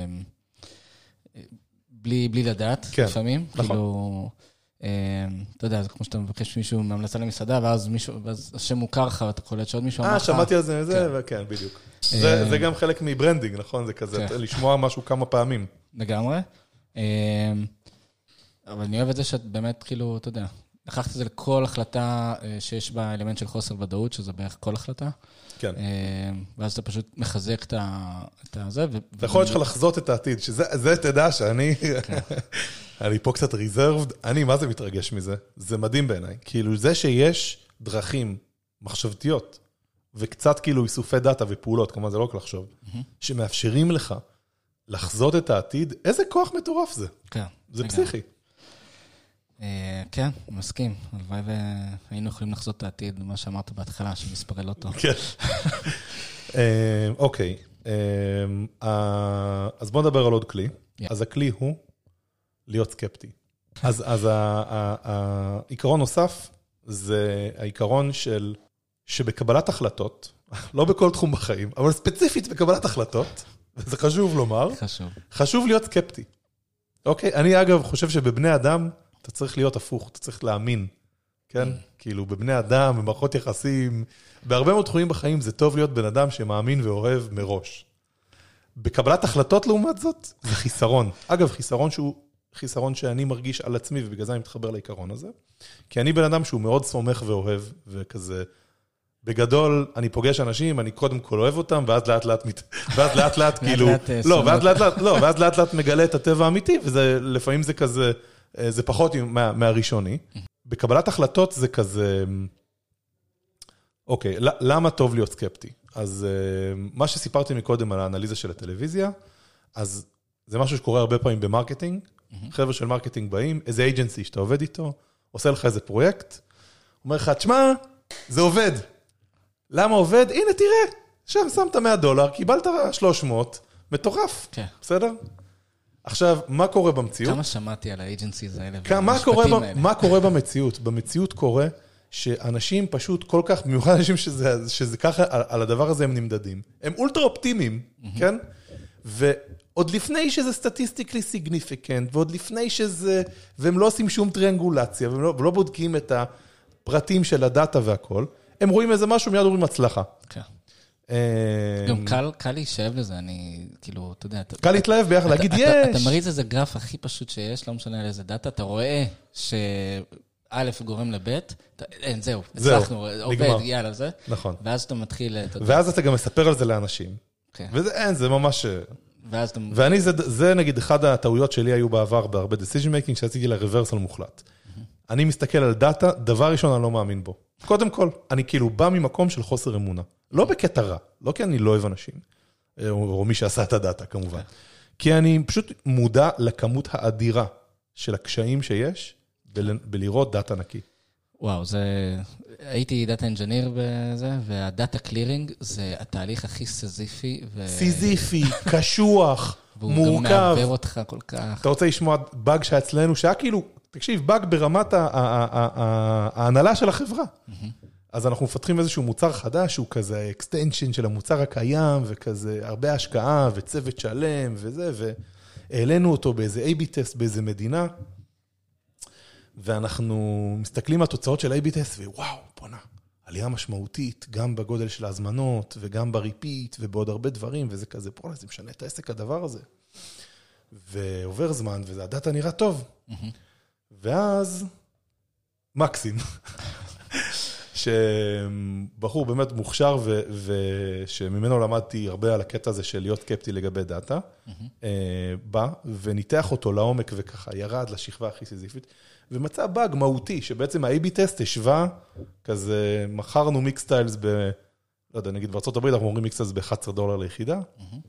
בלי, בלי לדעת, לפעמים. כאילו, אתה יודע, זה כמו שאתה מבקש מישהו מהמלצה למסעדה, ואז מישהו, ואז השם מוכר לך, ואתה קולט שעוד מישהו אמר לך. אה, שמעתי על זה, זה, וכן, בדיוק. זה גם חלק מברנדינג, נכון? זה כזה, לשמוע משהו כמה פעמים. לגמרי. אבל אני אוהב את זה שאת באמת, כאילו, אתה יודע, לקחת את זה לכל החלטה שיש בה אלמנט של חוסר ודאות, שזה בערך כל החלטה. כן. ואז אתה פשוט מחזק את זה. ויכול להיות שלך לחזות את העתיד, שזה תדע שאני, אני פה קצת ריזרבד, אני מה זה מתרגש מזה? זה מדהים בעיניי. כאילו זה שיש דרכים מחשבתיות, וקצת כאילו איסופי דאטה ופעולות, כלומר זה לא רק לחשוב, שמאפשרים לך לחזות את העתיד, איזה כוח מטורף זה. כן. זה פסיכי. כן, מסכים. הלוואי והיינו יכולים לחזות את העתיד, מה שאמרת בהתחלה, שמספרי לא טוב. כן. אוקיי. אז בוא נדבר על עוד כלי. אז הכלי הוא להיות סקפטי. אז העיקרון נוסף, זה העיקרון של, שבקבלת החלטות, לא בכל תחום בחיים, אבל ספציפית בקבלת החלטות, וזה חשוב לומר, חשוב. חשוב להיות סקפטי. אוקיי? אני אגב חושב שבבני אדם, אתה צריך להיות הפוך, אתה צריך להאמין, כן? כאילו, בבני אדם, במערכות יחסים, בהרבה מאוד תחומים בחיים, זה טוב להיות בן אדם שמאמין ואוהב מראש. בקבלת החלטות לעומת זאת, זה חיסרון. אגב, חיסרון שהוא חיסרון שאני מרגיש על עצמי, ובגלל זה אני מתחבר לעיקרון הזה. כי אני בן אדם שהוא מאוד סומך ואוהב, וכזה, בגדול, אני פוגש אנשים, אני קודם כל אוהב אותם, ואז לאט לאט, ואז לאט לאט, כאילו, לא, ואז לאט לאט, לא, ואז לאט לאט מגלה את הטבע האמיתי, וזה, לפעמים זה כזה, זה פחות מה, מהראשוני. בקבלת החלטות זה כזה, אוקיי, למה טוב להיות סקפטי? אז מה שסיפרתי מקודם על האנליזה של הטלוויזיה, אז זה משהו שקורה הרבה פעמים במרקטינג, חבר'ה של מרקטינג באים, איזה אייג'נסי שאתה עובד איתו, עושה לך איזה פרויקט, אומר לך, תשמע, זה עובד. למה עובד? הנה, תראה, שם שמת מאה דולר, קיבלת שלוש מאות, מטורף, כן. בסדר? עכשיו, מה קורה במציאות? כמה שמעתי על האג'נסיז האלה? מה קורה, מה קורה במציאות? במציאות קורה שאנשים פשוט כל כך, במיוחד אנשים שזה, שזה ככה, על, על הדבר הזה הם נמדדים. הם אולטרה אופטימיים, mm-hmm. כן? ועוד לפני שזה סטטיסטיקלי סיגניפיקנט, ועוד לפני שזה, והם לא עושים שום טריאנגולציה, והם לא, ולא בודקים את הפרטים של הדאטה והכל, הם רואים איזה משהו, מיד אומרים הצלחה. כן. גם קל, קל להישאב לזה, אני, כאילו, אתה יודע... קל להתלהב ביחד, להגיד, יש! אתה מריץ איזה גרף הכי פשוט שיש, לא משנה על איזה דאטה, אתה רואה שא' גורם לב', אין, זהו, הצלחנו, עובד, יאללה, זה. נכון. ואז אתה מתחיל... ואז אתה גם מספר על זה לאנשים. וזה, אין, זה ממש... ואז אתה... ואני, זה נגיד, אחד הטעויות שלי היו בעבר בהרבה decision making, שעשיתי לרוורסל מוחלט. אני מסתכל על דאטה, דבר ראשון אני לא מאמין בו. קודם כל, אני כאילו בא ממקום של חוסר אמונה. לא בקטע רע, לא כי אני לא אוהב אנשים, או מי שעשה את הדאטה כמובן. כי אני פשוט מודע לכמות האדירה של הקשיים שיש, בלראות דאטה נקי. וואו, זה... הייתי דאטה אנג'יניר בזה, והדאטה קלירינג זה התהליך הכי סזיפי. ו... סיזיפי, קשוח, מורכב. והוא גם מעבר אותך כל כך. אתה רוצה לשמוע באג שאצלנו, שהיה כאילו, תקשיב, באג ברמת ההנהלה של החברה. אז אנחנו מפתחים איזשהו מוצר חדש, שהוא כזה אקסטנשן של המוצר הקיים, וכזה הרבה השקעה וצוות שלם וזה, והעלינו אותו באיזה איי בי טסט באיזה מדינה, ואנחנו מסתכלים על התוצאות של איי בי טסט, ווואו, בונה, עלייה משמעותית, גם בגודל של ההזמנות, וגם בריפיט, ובעוד הרבה דברים, וזה כזה, בונה, זה משנה את העסק הדבר הזה. ועובר זמן, וזה הדאטה נראה טוב. ואז, מקסים. שבחור באמת מוכשר, ושממנו למדתי הרבה על הקטע הזה של להיות סקפטי לגבי דאטה, בא וניתח אותו לעומק וככה ירד לשכבה הכי סיזיפית, ומצא באג מהותי, שבעצם ה-איי בי טסט השווה, כזה מכרנו מיקס סטיילס ב... לא יודע, נגיד בארצות הברית, אנחנו אומרים מיקס סטיילס ב-אחד עשר דולר ליחידה,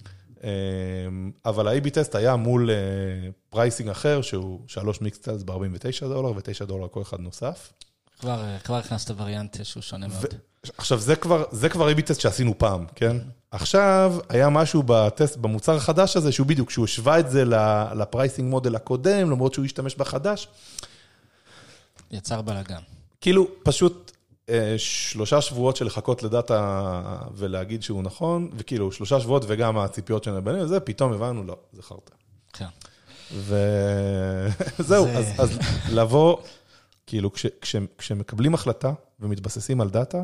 אבל ה-איי בי טסט היה מול פרייסינג אחר, שהוא שלוש מיקס סטיילס ב-ארבעים ותשעה דולר, ו-תשעה דולר כל אחד נוסף. כבר, כבר הכנסת וריאנט שהוא שונה מאוד. עכשיו, זה כבר, זה כבר איי בי טסט שעשינו פעם, כן? עכשיו, היה משהו בטסט, במוצר החדש הזה, שהוא בדיוק, שהוא השווה את זה לפרייסינג מודל הקודם, למרות שהוא השתמש בחדש. יצר בלגן. כאילו, פשוט שלושה שבועות של לחכות לדאטה ולהגיד שהוא נכון, וכאילו, שלושה שבועות וגם הציפיות שלנו בינינו, זה פתאום הבנו, לא, זה חרטה. כן. וזהו, אז לבוא... כאילו, כש, כש, כשמקבלים החלטה ומתבססים על דאטה,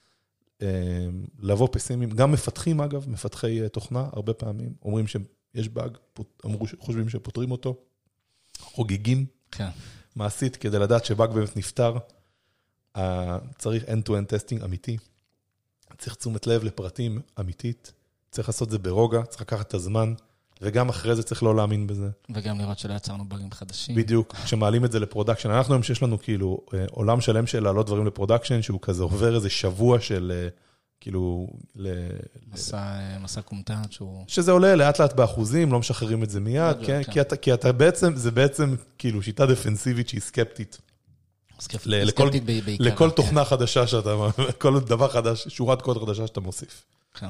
לבוא פסימיים, גם מפתחים אגב, מפתחי תוכנה, הרבה פעמים, אומרים שיש באג, אמרו, חושבים שפותרים אותו, חוגגים, כן. מעשית, כדי לדעת שבאג באמת נפטר, צריך end-to-end טסטינג אמיתי, צריך תשומת לב לפרטים אמיתית, צריך לעשות את זה ברוגע, צריך לקחת את הזמן, וגם אחרי זה צריך לא להאמין בזה. וגם לראות שלא יצרנו באגים חדשים. בדיוק, כשמעלים את זה לפרודקשן, אנחנו היום שיש לנו כאילו עולם שלם של לעלות דברים לפרודקשן, שהוא כזה עובר איזה שבוע של כאילו... מסע, מסע קומטט שהוא... שזה עולה לאט לאט באחוזים, לא משחררים את זה מיד, כן? כי אתה, כי אתה בעצם, זה בעצם כאילו שיטה דפנסיבית שהיא סקפטית. סקפטית בעיקר. לכל תוכנה חדשה שאתה, כל דבר חדש, שורת קוד חדשה שאתה מוסיף. כן.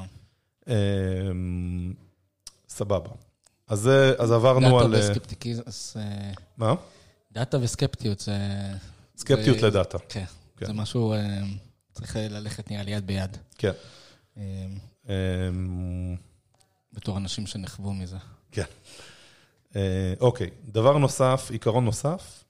סבבה. אז עברנו על... דאטה וסקפטיקיזם. מה? דאטה וסקפטיות זה... סקפטיות לדאטה. כן. זה משהו, צריך ללכת נראה לי יד ביד. כן. בתור אנשים שנחוו מזה. כן. אוקיי. דבר נוסף, עיקרון נוסף,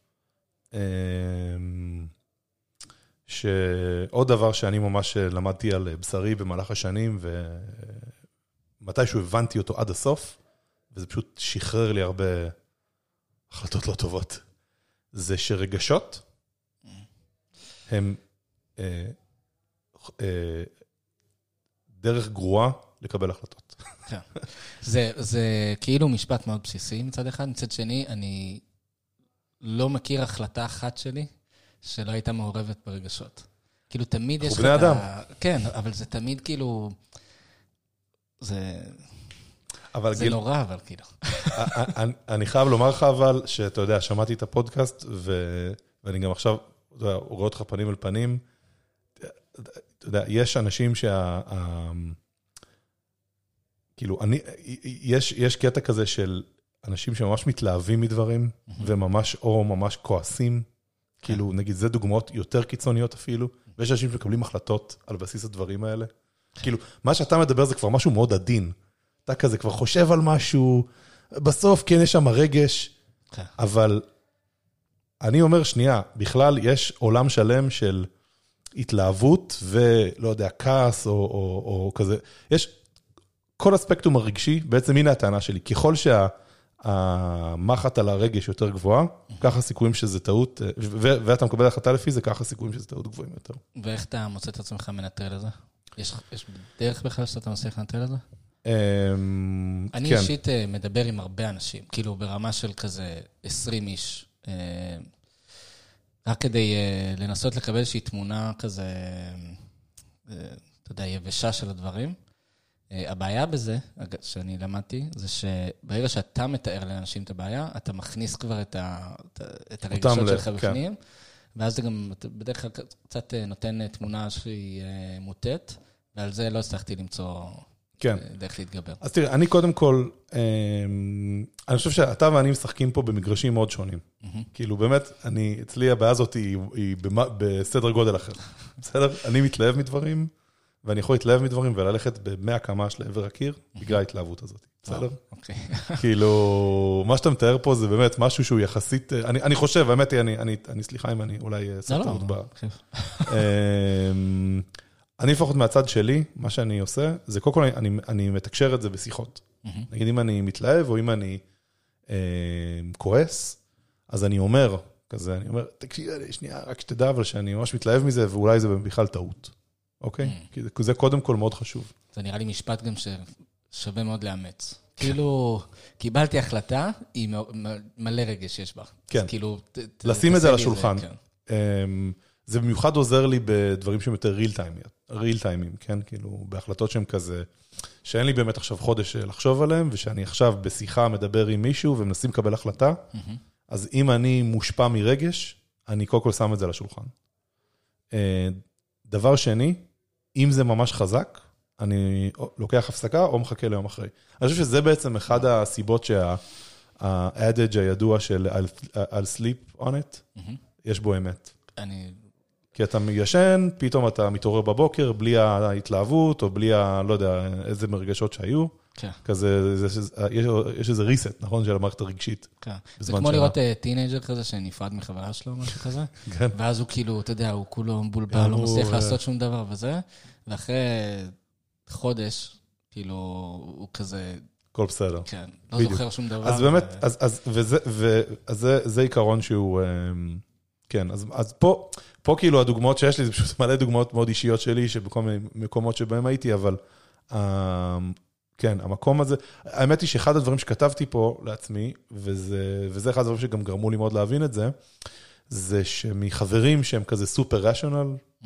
שעוד דבר שאני ממש למדתי על בשרי במהלך השנים, ומתישהו הבנתי אותו עד הסוף, וזה פשוט שחרר לי הרבה החלטות לא טובות, זה שרגשות הם אה, אה, דרך גרועה לקבל החלטות. כן. זה, זה כאילו משפט מאוד בסיסי מצד אחד, מצד שני, אני לא מכיר החלטה אחת שלי שלא הייתה מעורבת ברגשות. כאילו תמיד יש... אנחנו בני אדם. כן, אבל זה תמיד כאילו... זה... אבל זה גיל... נורא, אבל כאילו. אני, אני חייב לומר לך אבל, שאתה יודע, שמעתי את הפודקאסט, ו... ואני גם עכשיו, אתה יודע, רואה אותך פנים אל פנים, אתה יודע, יש אנשים שה... כאילו, אני, יש, יש קטע כזה של אנשים שממש מתלהבים מדברים, וממש, או ממש כועסים, כאילו, נגיד, זה דוגמאות יותר קיצוניות אפילו, ויש אנשים שמקבלים החלטות על בסיס הדברים האלה. כאילו, מה שאתה מדבר זה כבר משהו מאוד עדין. אתה כזה כבר חושב על משהו, בסוף כן יש שם רגש, אבל אני אומר, שנייה, בכלל יש עולם שלם של התלהבות, ולא יודע, כעס, או, או, או כזה. יש כל הספקטרום הרגשי, בעצם הנה הטענה שלי, ככל שהמחט על הרגש יותר גבוהה, ככה סיכויים שזה טעות, ו- ואתה מקבל החלטה לפי זה, ככה סיכויים שזה טעות גבוהים יותר. ואיך אתה מוצא את עצמך מנטרל לזה? יש, יש דרך בכלל שאתה מצליח לנטרל לזה? אני כן. אישית מדבר עם הרבה אנשים, כאילו ברמה של כזה עשרים איש, רק כדי לנסות לקבל איזושהי תמונה כזה, אתה יודע, יבשה של הדברים. הבעיה בזה, שאני למדתי, זה שברגע שאתה מתאר לאנשים את הבעיה, אתה מכניס כבר את, ה, את הרגשות שלך בפנים, ואז זה גם בדרך כלל קצת נותן תמונה שהיא מוטט, ועל זה לא הצלחתי למצוא כן. דרך להתגבר. אז תראה, אני קודם כל, אני חושב שאתה ואני משחקים פה במגרשים מאוד שונים. כאילו באמת, אני, אצלי הבעיה הזאת היא, היא בסדר גודל אחר. בסדר? אני מתלהב מדברים, ואני יכול להתלהב מדברים וללכת במאה קמ"ש לעבר הקיר, בגלל ההתלהבות הזאת. בסדר? אוקיי. כאילו, מה שאתה מתאר פה זה באמת משהו שהוא יחסית, אני, אני חושב, האמת היא, אני, אני, אני סליחה אם אני אולי סרטנות בה. אני לפחות מהצד שלי, מה שאני עושה, זה קודם כל אני, אני מתקשר את זה בשיחות. נגיד אם אני מתלהב, או אם אני כועס, אז אני אומר, כזה, אני אומר, תקשיב, שנייה, רק שתדע, אבל שאני ממש מתלהב מזה, ואולי זה בכלל טעות. אוקיי? כי זה קודם כל מאוד חשוב. זה נראה לי משפט גם ששווה מאוד לאמץ. כאילו, קיבלתי החלטה, היא מלא רגש שיש בה. כן. לשים את זה על השולחן. זה במיוחד עוזר לי בדברים שהם יותר ריל טיימים, כן? כאילו, בהחלטות שהם כזה, שאין לי באמת עכשיו חודש לחשוב עליהם, ושאני עכשיו בשיחה מדבר עם מישהו, ומנסים לקבל החלטה, אז אם אני מושפע מרגש, אני קודם כל שם את זה על השולחן. דבר שני, אם זה ממש חזק, אני לוקח הפסקה או מחכה ליום אחרי. אני חושב שזה בעצם אחד הסיבות שה-adage הידוע של I'll sleep on it, יש בו אמת. אני... כי אתה מיישן, פתאום אתה מתעורר בבוקר, בלי ההתלהבות, או בלי ה... לא יודע, איזה מרגשות שהיו. כן. כזה, יש איזה ריסט, נכון? של המערכת הרגשית. כן. זה כמו לראות טינג'ר כזה שנפרד מחברה שלו, משהו כזה. כן. ואז הוא כאילו, אתה יודע, הוא כולו מבולבל, לא מצליח לעשות שום דבר וזה. ואחרי חודש, כאילו, הוא כזה הכל בסדר. כן, לא זוכר שום דבר. אז באמת, אז, אז, וזה, ואז זה, זה עיקרון שהוא, כן, אז, אז פה, פה כאילו הדוגמאות שיש לי, זה פשוט מלא דוגמאות מאוד אישיות שלי, שבכל מיני מקומות שבהם הייתי, אבל, כן, המקום הזה, האמת היא שאחד הדברים שכתבתי פה לעצמי, וזה, וזה אחד הדברים שגם גרמו לי מאוד להבין את זה, זה שמחברים שהם כזה סופר רשיונל,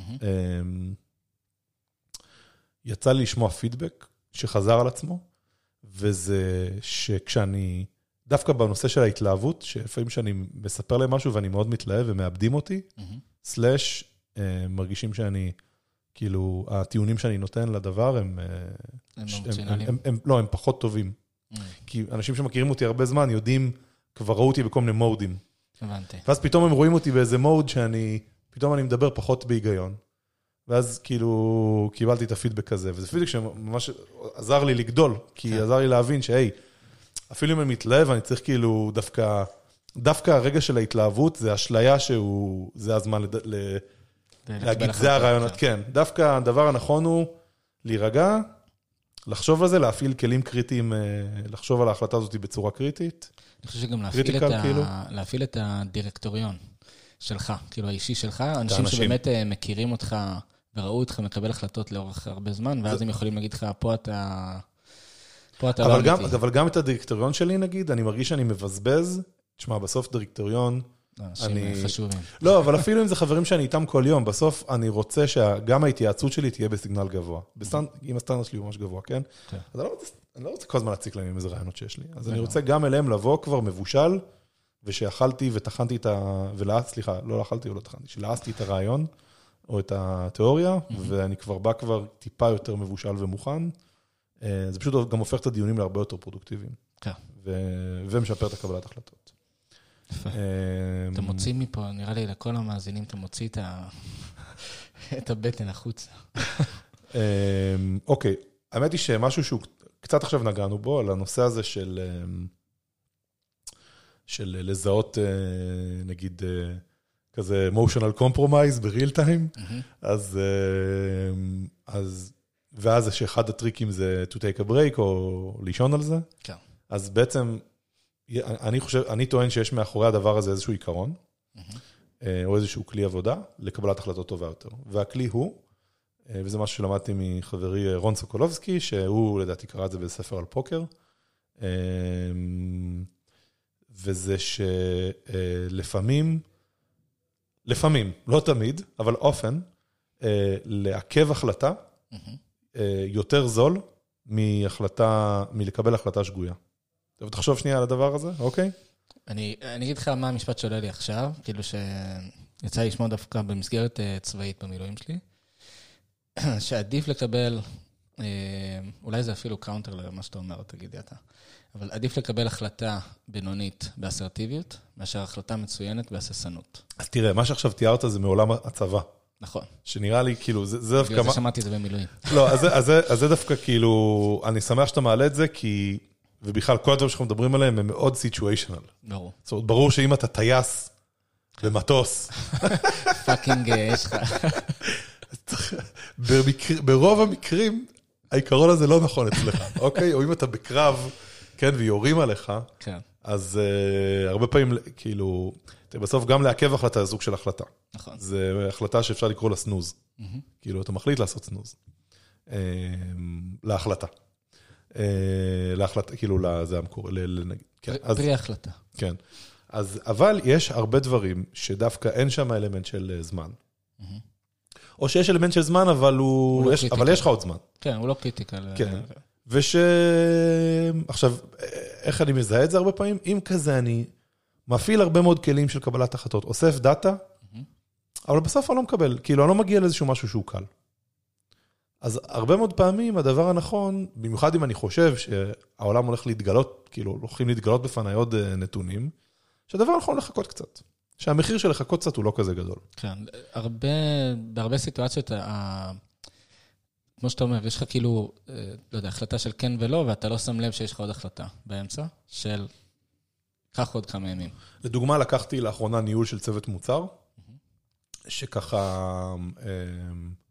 יצא לי לשמוע פידבק שחזר על עצמו, וזה שכשאני, דווקא בנושא של ההתלהבות, שלפעמים שאני מספר להם משהו ואני מאוד מתלהב ומאבדים אותי, סלש, מרגישים שאני, כאילו, הטיעונים שאני נותן לדבר הם, לא, הם פחות טובים. כי אנשים שמכירים אותי הרבה זמן יודעים, כבר ראו אותי בכל מיני מודים. הבנתי. ואז פתאום הם רואים אותי באיזה מוד שאני, פתאום אני מדבר פחות בהיגיון. ואז כאילו קיבלתי את הפידבק הזה, וזה פידבק שממש עזר לי לגדול, כי עזר לי להבין שהי, אפילו אם אני מתלהב, אני צריך כאילו דווקא, דווקא הרגע של ההתלהבות, זה אשליה שהוא, זה הזמן להגיד, זה הרעיונות, כן. דווקא הדבר הנכון הוא להירגע, לחשוב על זה, להפעיל כלים קריטיים, לחשוב על ההחלטה הזאת בצורה קריטית. אני חושב שגם להפעיל את הדירקטוריון שלך, כאילו האישי שלך, אנשים שבאמת מכירים אותך וראו אותך מקבל החלטות לאורך הרבה זמן, ואז הם יכולים להגיד לך, פה אתה, פה אתה לא אמיתי. אבל גם את הדירקטוריון שלי, נגיד, אני מרגיש שאני מבזבז, תשמע, בסוף דירקטוריון, אנשים חשובים. לא, אבל אפילו אם זה חברים שאני איתם כל יום, בסוף אני רוצה שגם ההתייעצות שלי תהיה בסיגנל גבוה. אם הסטנדרט שלי הוא ממש גבוה, כן? אז אני לא רוצה כל הזמן להציק להם עם איזה רעיונות שיש לי. אז אני רוצה גם אליהם לבוא כבר מבושל, ושאכלתי וטחנתי את ה... ולעס, סליחה, לא אכלתי או לא טחנתי, שלעסתי את הרעיון, או את התיאוריה, ואני כבר בא כבר טיפה יותר מבושל ומוכן. זה פשוט גם הופך את הדיונים להרבה יותר פרודוקטיביים. כן. ומשפר את הקבלת החלטות. אתה מוציא מפה, נראה לי לכל המאזינים, אתה מוציא את הבטן החוצה. אוקיי, האמת היא שמשהו שהוא קצת עכשיו נגענו בו, על הנושא הזה של של לזהות, נגיד, כזה emotional compromise ב-real time, אז, אז, ואז שאחד הטריקים זה to take a break, או לישון על זה. כן. אז בעצם, אני חושב, אני טוען שיש מאחורי הדבר הזה איזשהו עיקרון, או איזשהו כלי עבודה, לקבלת החלטות טובה יותר. והכלי הוא, וזה משהו שלמדתי מחברי רון סוקולובסקי, שהוא לדעתי קרא את זה בספר על פוקר, וזה שלפעמים, לפעמים, לא תמיד, אבל אופן, לעכב החלטה יותר זול מהחלטה, מלקבל החלטה שגויה. טוב, תחשוב שנייה על הדבר הזה, אוקיי? אני, אני אגיד לך מה המשפט שעולה לי עכשיו, כאילו שיצא לי לשמוע דווקא במסגרת צבאית במילואים שלי, שעדיף לקבל, אולי זה אפילו קאונטר למה שאתה אומר, תגידי אתה, אבל עדיף לקבל החלטה בינונית באסרטיביות, מאשר החלטה מצוינת בהססנות. אז תראה, מה שעכשיו תיארת זה מעולם הצבא. נכון. שנראה לי, כאילו, זה, זה דווקא... בגלל זה שמעתי את זה במילואים. לא, אז זה, אז זה, אז זה דווקא, כאילו, אני שמח שאתה מעלה את זה, כי, ובכלל, כל הדברים שאנחנו מדברים עליהם, הם מאוד סיטואשנל. ברור. זאת אומרת, ברור שאם אתה טייס במטוס... פאקינג יש לך. ברוב המקרים, העיקרון הזה לא נכון אצלך, אוקיי? או אם אתה בקרב, כן, ויורים עליך, כן. אז uh, הרבה פעמים, כאילו, בסוף גם לעכב החלטה זה סוג של החלטה. נכון. זה החלטה שאפשר לקרוא לה סנוז. Mm-hmm. כאילו, אתה מחליט לעשות סנוז. Uh, להחלטה. Uh, להחלטה, כאילו, זה המקור. כן, אז, פרי החלטה. כן. אז, אבל יש הרבה דברים שדווקא אין שם אלמנט של זמן. Mm-hmm. או שיש אלמנט של זמן, אבל הוא... הוא יש, לא אבל יש לך עוד זמן. כן, הוא לא קריטיקל. כן. וש... עכשיו, איך אני מזהה את זה הרבה פעמים? אם כזה אני מפעיל הרבה מאוד כלים של קבלת החלטות, אוסף דאטה, אבל בסוף אני לא מקבל, כאילו אני לא מגיע לאיזשהו משהו שהוא קל. אז הרבה מאוד פעמים הדבר הנכון, במיוחד אם אני חושב שהעולם הולך להתגלות, כאילו הולכים להתגלות בפני עוד נתונים, שהדבר הנכון לחכות קצת. שהמחיר של לחכות קצת הוא לא כזה גדול. כן, הרבה, בהרבה סיטואציות, ה... כמו שאתה אומר, יש לך כאילו, לא יודע, החלטה של כן ולא, ואתה לא שם לב שיש לך עוד החלטה באמצע, של כך עוד כמה ימים. לדוגמה, לקחתי לאחרונה ניהול של צוות מוצר, שככה,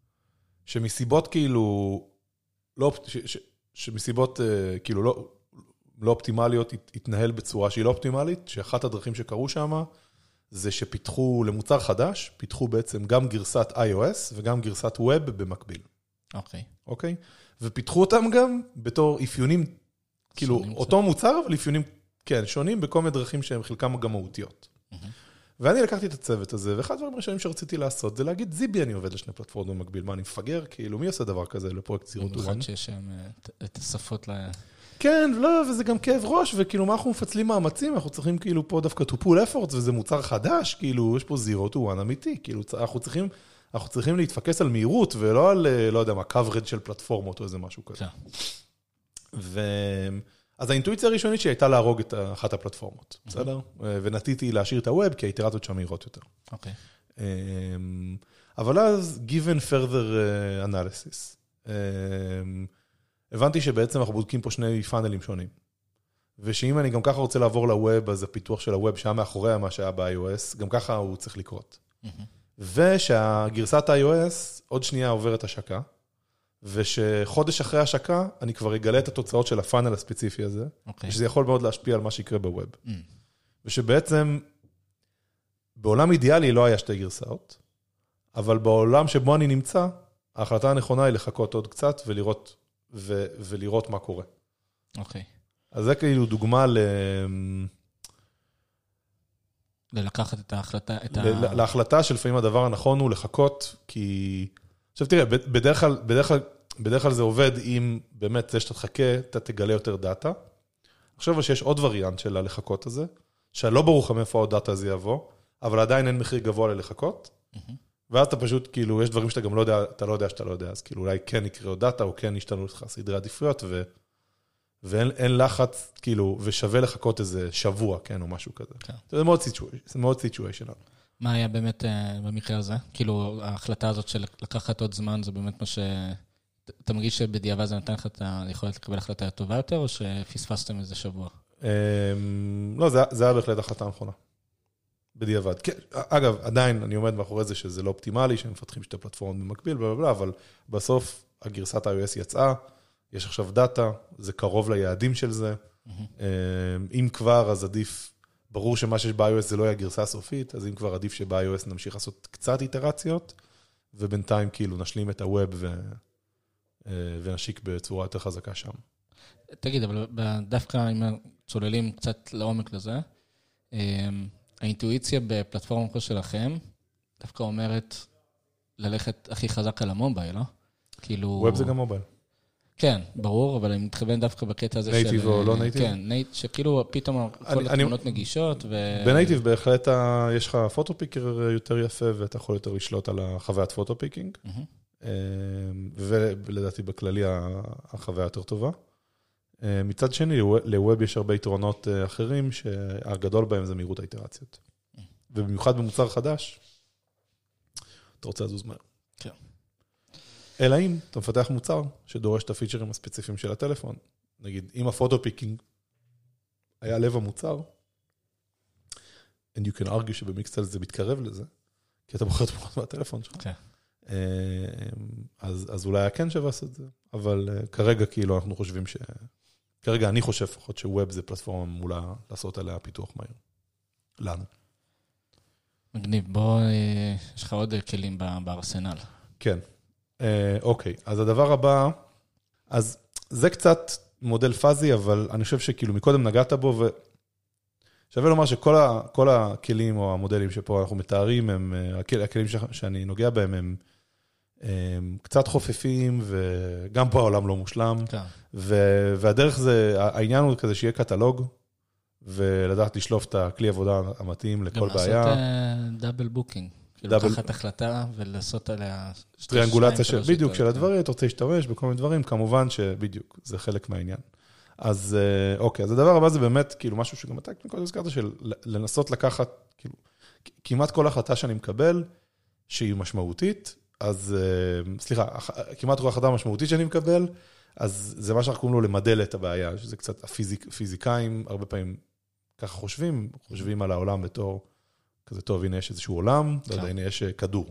שמסיבות כאילו, לא, ש, ש, שמסיבות כאילו לא, לא אופטימליות, התנהל בצורה שהיא לא אופטימלית, שאחת הדרכים שקרו שם, זה שפיתחו למוצר חדש, פיתחו בעצם גם גרסת iOS וגם גרסת ווב במקביל. אוקיי. אוקיי? ופיתחו אותם גם בתור אפיונים, כאילו, אותו מוצר, אבל אפיונים, כן, שונים בכל מיני דרכים שהם חלקם גם מהותיות. ואני לקחתי את הצוות הזה, ואחד הדברים הראשונים שרציתי לעשות, זה להגיד, זיבי אני עובד לשני פלטפורמות במקביל, מה, אני מפגר? כאילו, מי עושה דבר כזה לפרויקט זירו טו וואן? במיוחד שיש שם את השפות ל... כן, לא, וזה גם כאב ראש, וכאילו, מה אנחנו מפצלים מאמצים? אנחנו צריכים כאילו פה דווקא to pull efforts, וזה מוצר חדש, כאילו, יש פה זירו טו וואן אמיתי, כאילו, אנחנו צריכים, אנחנו צריכים להתפקס על מהירות, ולא על, לא יודע מה, coverage של פלטפורמות או איזה משהו כזה. ו... אז האינטואיציה הראשונית שהיא הייתה להרוג את אחת הפלטפורמות, בסדר? ונטיתי להשאיר את הווב, כי האיטרציות שם מהירות יותר. אוקיי. אבל אז, given further analysis, הבנתי שבעצם אנחנו בודקים פה שני פאנלים שונים. ושאם אני גם ככה רוצה לעבור לווב, אז הפיתוח של הווב שהיה מאחורי מה שהיה ב-iOS, גם ככה הוא צריך לקרות. ושהגרסת iOS עוד שנייה עוברת השקה, ושחודש אחרי השקה, אני כבר אגלה את התוצאות של הפאנל הספציפי הזה, okay. ושזה יכול מאוד להשפיע על מה שיקרה בווב. Mm. ושבעצם, בעולם אידיאלי לא היה שתי גרסאות, אבל בעולם שבו אני נמצא, ההחלטה הנכונה היא לחכות עוד קצת, ולראות, ו- ולראות מה קורה. אוקיי. Okay. אז זה כאילו דוגמה ל... ללקחת את ההחלטה... את ל- ה... להחלטה שלפעמים הדבר הנכון הוא לחכות, כי... עכשיו תראה, בדרך כלל, בדרך כלל, בדרך כלל זה עובד אם באמת זה שאתה תחכה, אתה תגלה יותר דאטה. עכשיו שיש עוד וריאנט של הלחכות הזה, שלא ברור לך מאיפה עוד דאטה הזה יבוא, אבל עדיין אין מחיר גבוה ללחכות, ואז אתה פשוט, כאילו, יש דברים שאתה גם לא יודע, אתה לא יודע שאתה לא יודע, אז כאילו אולי כן יקרה עוד דאטה, או כן ישתנו לך סדרי עדיפויות, ו... ואין לחץ, כאילו, ושווה לחכות איזה שבוע, כן, או משהו כזה. זה מאוד סיטואשן, זה מאוד סיטואשן. מה היה באמת במקרה הזה? כאילו, ההחלטה הזאת של לקחת עוד זמן, זה באמת מה ש... אתה מרגיש שבדיעבד זה נתן לך את היכולת לקבל החלטה טובה יותר, או שפספסתם איזה שבוע? לא, זה היה בהחלט החלטה נכונה. בדיעבד. אגב, עדיין אני עומד מאחורי זה שזה לא אופטימלי, שהם מפתחים שתי פלטפורמות במקביל, אבל בסוף הגרסת iOS יצאה, יש עכשיו דאטה, זה קרוב ליעדים של זה. אם כבר, אז עדיף, ברור שמה שיש ב-iOS זה לא יהיה גרסה הסופית, אז אם כבר עדיף שב-iOS נמשיך לעשות קצת איטרציות, ובינתיים כאילו נשלים את הווב ו... ונשיק בצורה יותר חזקה שם. תגיד, אבל דווקא אם צוללים קצת לעומק לזה, האינטואיציה בפלטפורמה כמו שלכם, דווקא אומרת ללכת הכי חזק על המובייל, לא? כאילו... ווב זה גם מובייל. כן, ברור, אבל אני מתכוון דווקא בקטע הזה של... נייטיב או לא נייטיב? כן, שכאילו פתאום כל התמונות נגישות ו... בנייטיב בהחלט יש לך פוטופיקר יותר יפה, ואתה יכול יותר לשלוט על החוויית פוטופיקינג, ולדעתי בכללי החוויה יותר טובה. מצד שני, לווב יש הרבה יתרונות אחרים, שהגדול בהם זה מהירות האיטרציות. ובמיוחד במוצר חדש, אתה רוצה לזוז מהר. כן. אלא אם אתה מפתח מוצר שדורש את הפיצ'רים הספציפיים של הטלפון. נגיד, אם הפוטופיקינג היה לב המוצר, and you can argue שבמיקסטל זה מתקרב לזה, כי אתה בוחר תמונות מהטלפון שלך. כן. אז, אז אולי היה כן שווה לעשות את זה, אבל כרגע כאילו אנחנו חושבים ש... כרגע אני חושב לפחות שווב זה פלטפורמה מעולה לעשות עליה פיתוח מהיר. לנו. מגניב, בוא, יש לך עוד כלים בארסנל. כן. אוקיי, אז הדבר הבא, אז זה קצת מודל פאזי, אבל אני חושב שכאילו מקודם נגעת בו, ושווה לומר שכל ה, כל הכלים או המודלים שפה אנחנו מתארים, הם, הכלים שאני נוגע בהם הם, הם קצת חופפים, וגם פה העולם לא מושלם, ו, והדרך זה, העניין הוא כזה שיהיה קטלוג, ולדעת לשלוף את הכלי עבודה המתאים לכל בעיה. גם לעשות דאבל בוקינג. לקחת החלטה ולעשות עליה... טריאנגולציה של, בדיוק, של הדברים, אתה רוצה להשתמש בכל מיני דברים, כמובן שבדיוק, זה חלק מהעניין. אז אוקיי, אז הדבר הבא זה באמת, כאילו, משהו שגם אתה קודם הזכרת, של לנסות לקחת, כאילו, כמעט כל החלטה שאני מקבל, שהיא משמעותית, אז, סליחה, כמעט כל החלטה משמעותית שאני מקבל, אז זה מה שאנחנו קוראים לו למדל את הבעיה, שזה קצת הפיזיקאים, הרבה פעמים ככה חושבים, חושבים על העולם בתור, כזה טוב, הנה יש איזשהו עולם, לא יודע, הנה יש כדור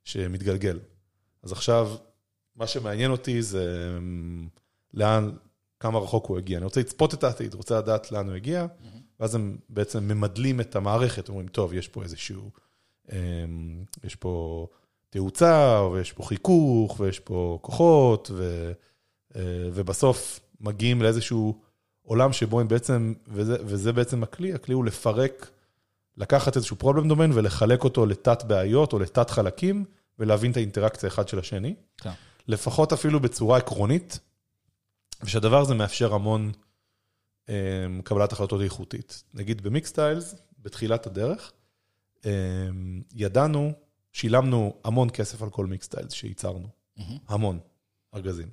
שמתגלגל. אז עכשיו, מה שמעניין אותי זה לאן, כמה רחוק הוא הגיע. אני רוצה לצפות את העתיד, רוצה לדעת לאן הוא הגיע, ואז הם בעצם ממדלים את המערכת, אומרים, טוב, יש פה איזשהו, יש פה תאוצה, ויש פה חיכוך, ויש פה כוחות, ו, ובסוף מגיעים לאיזשהו עולם שבו הם בעצם, וזה, וזה בעצם הכלי, הכלי הוא לפרק, לקחת איזשהו פרובלם דומיין, ולחלק אותו לתת בעיות, או לתת חלקים, ולהבין את האינטראקציה אחד של השני. כן. לפחות אפילו בצורה עקרונית, ושהדבר הזה מאפשר המון קבלת החלטות איכותית. נגיד במיקסטיילס, בתחילת הדרך, ידענו, שילמנו המון כסף על כל מיקסטיילס שייצרנו. המון ארגזים.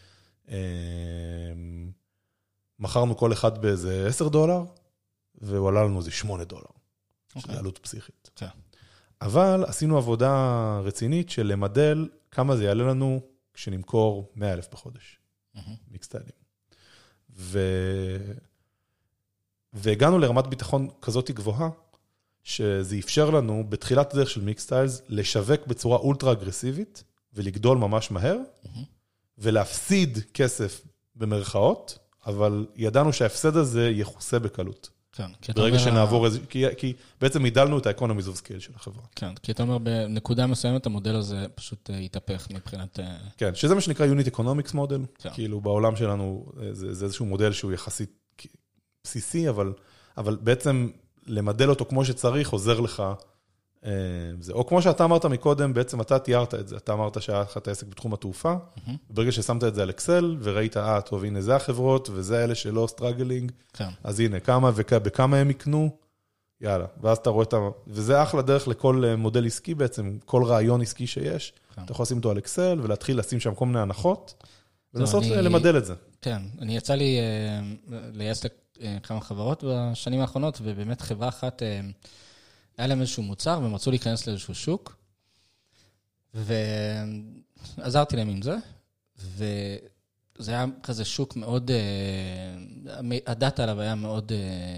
מכרנו כל אחד באיזה עשר דולר, והוא עלה לנו איזה שמונה דולר. שזה עלות פסיכית. כן. אבל עשינו עבודה רצינית של למדל כמה זה יעלה לנו כשנמכור מאה אלף בחודש. מיקסטיילים. ו... והגענו לרמת ביטחון כזאת גבוהה, שזה אפשר לנו בתחילת הדרך של מיקסטיילס, לשווק בצורה אולטרה אגרסיבית, ולגדול ממש מהר, ולהפסיד כסף במרכאות, אבל ידענו שההפסד הזה יחוסה בקלות. כן, ברגע שנעבור איזה, כי, כי בעצם הידלנו את האקונומיז אוף סקייל של החברה. כן, כי אתה אומר, בנקודה מסוימת המודל הזה פשוט יתהפך מבחינת... כן, שזה מה שנקרא Unit Economics מודל, כאילו בעולם שלנו זה, זה איזשהו מודל שהוא יחסית בסיסי, אבל, אבל בעצם למדל אותו כמו שצריך עוזר לך, זה, או כמו שאתה אמרת מקודם, בעצם אתה תיארת את זה, אתה אמרת שהיה לך את העסק בתחום התעופה, mm-hmm. ברגע ששמת את זה על אקסל, וראית, אה, טוב, הנה זה החברות, וזה אלה שלא סטרגלינג, כן. אז הנה, כמה ובכמה הם יקנו, יאללה, ואז אתה רואה את ה... וזה אחלה דרך לכל מודל עסקי בעצם, כל רעיון עסקי שיש, כן. אתה יכול לשים אותו על אקסל, ולהתחיל לשים שם כל מיני הנחות, ולנסות אני... למדל את זה. כן, אני יצא לי לייס לכמה חברות בשנים האחרונות, ובאמת חברה אחת... היה להם איזשהו מוצר, והם רצו להיכנס לאיזשהו שוק, ועזרתי להם עם זה, וזה היה כזה שוק מאוד, הדאטה עליו היה מאוד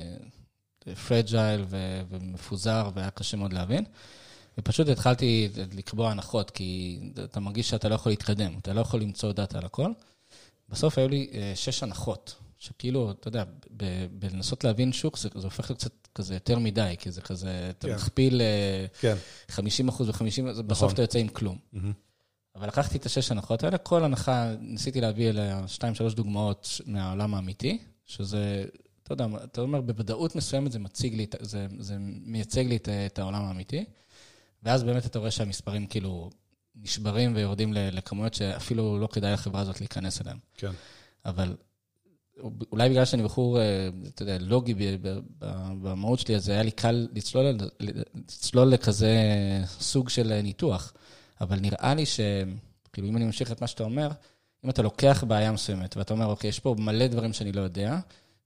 פרג'ייל ומפוזר, והיה קשה מאוד להבין, ופשוט התחלתי לקבוע הנחות, כי אתה מרגיש שאתה לא יכול להתקדם, אתה לא יכול למצוא דאטה על הכל. בסוף היו לי שש הנחות, שכאילו, אתה יודע, בלנסות להבין שוק, זה, זה הופך קצת כזה יותר מדי, כי זה כזה, אתה כן. מכפיל כן. חמישים אחוז ו-חמישים, נכון. בסוף אתה יוצא עם כלום. Mm-hmm. אבל לקחתי את השש הנחות האלה, כל הנחה, ניסיתי להביא אליה שתיים, שלוש דוגמאות מהעולם האמיתי, שזה, אתה יודע, אתה אומר, בוודאות מסוימת זה מציג לי, זה, זה מייצג לי את, את העולם האמיתי, ואז באמת אתה רואה שהמספרים כאילו נשברים ויורדים לכמויות שאפילו לא כדאי לחברה הזאת להיכנס אליהם. כן. אבל אולי בגלל שאני בחור, אתה יודע, לוגי במהות שלי, אז היה לי קל לצלול, לצלול לכזה סוג של ניתוח. אבל נראה לי שכאילו אם אני ממשיך את מה שאתה אומר, אם אתה לוקח בעיה מסוימת, ואתה אומר, אוקיי, יש פה מלא דברים שאני לא יודע,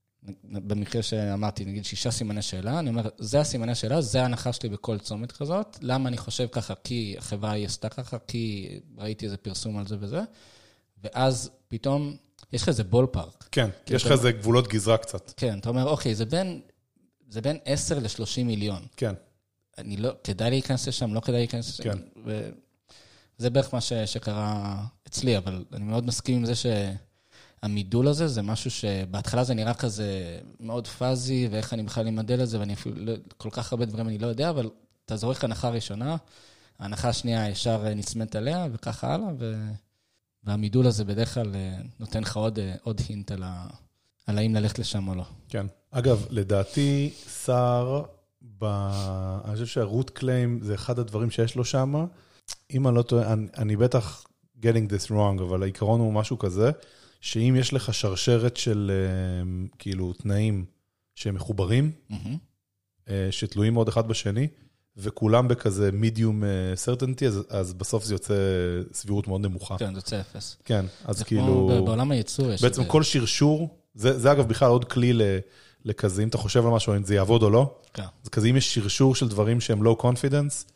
במקרה שאמרתי, נגיד שישה סימני שאלה, אני אומר, זה הסימני שאלה, זה ההנחה שלי בכל צומת כזאת, למה אני חושב ככה? כי החברה היא עשתה ככה, כי ראיתי איזה פרסום על זה וזה, ואז פתאום יש לך איזה בול פארק. כן, יש לך איזה גבולות גזרה קצת. כן, אתה אומר, אוקיי, זה בין, זה בין עשר לשלושים מיליון. כן. אני לא, כדאי להיכנס לשם, לא כדאי להיכנס לשם. כן. וזה בערך מה ש, שקרה אצלי, אבל אני מאוד מסכים עם זה שהמידול הזה, זה משהו שבהתחלה זה נראה כזה מאוד פאזי, ואיך אני בכלל למדל את זה, ואני אפילו, לא, כל כך הרבה דברים אני לא יודע, אבל אתה זורך הנחה ראשונה, ההנחה השנייה ישר נצמת עליה, וככה הלאה, ו... והמידול הזה בדרך כלל נותן לך עוד, עוד הינט על, ה, על האם ללכת לשם או לא. כן. אגב, לדעתי, שר, ב... אני חושב שהרוט קליים זה אחד הדברים שיש לו שם. אם אני לא טועה, אני, אני בטח getting this wrong, אבל העיקרון הוא משהו כזה, שאם יש לך שרשרת של כאילו תנאים שהם מחוברים, mm-hmm. שתלויים מאוד אחד בשני, וכולם בכזה medium certainty, אז, אז בסוף זה יוצא סבירות מאוד נמוכה. כן, זה יוצא אפס. כן, אז זה כאילו... כמו בעולם הייצור יש... בעצם כל שרשור, זה, זה אגב בכלל עוד כלי ל, לכזה, אם אתה חושב על משהו, אם זה יעבוד או לא, כן. אז כזה, אם יש שרשור של דברים שהם low confidence,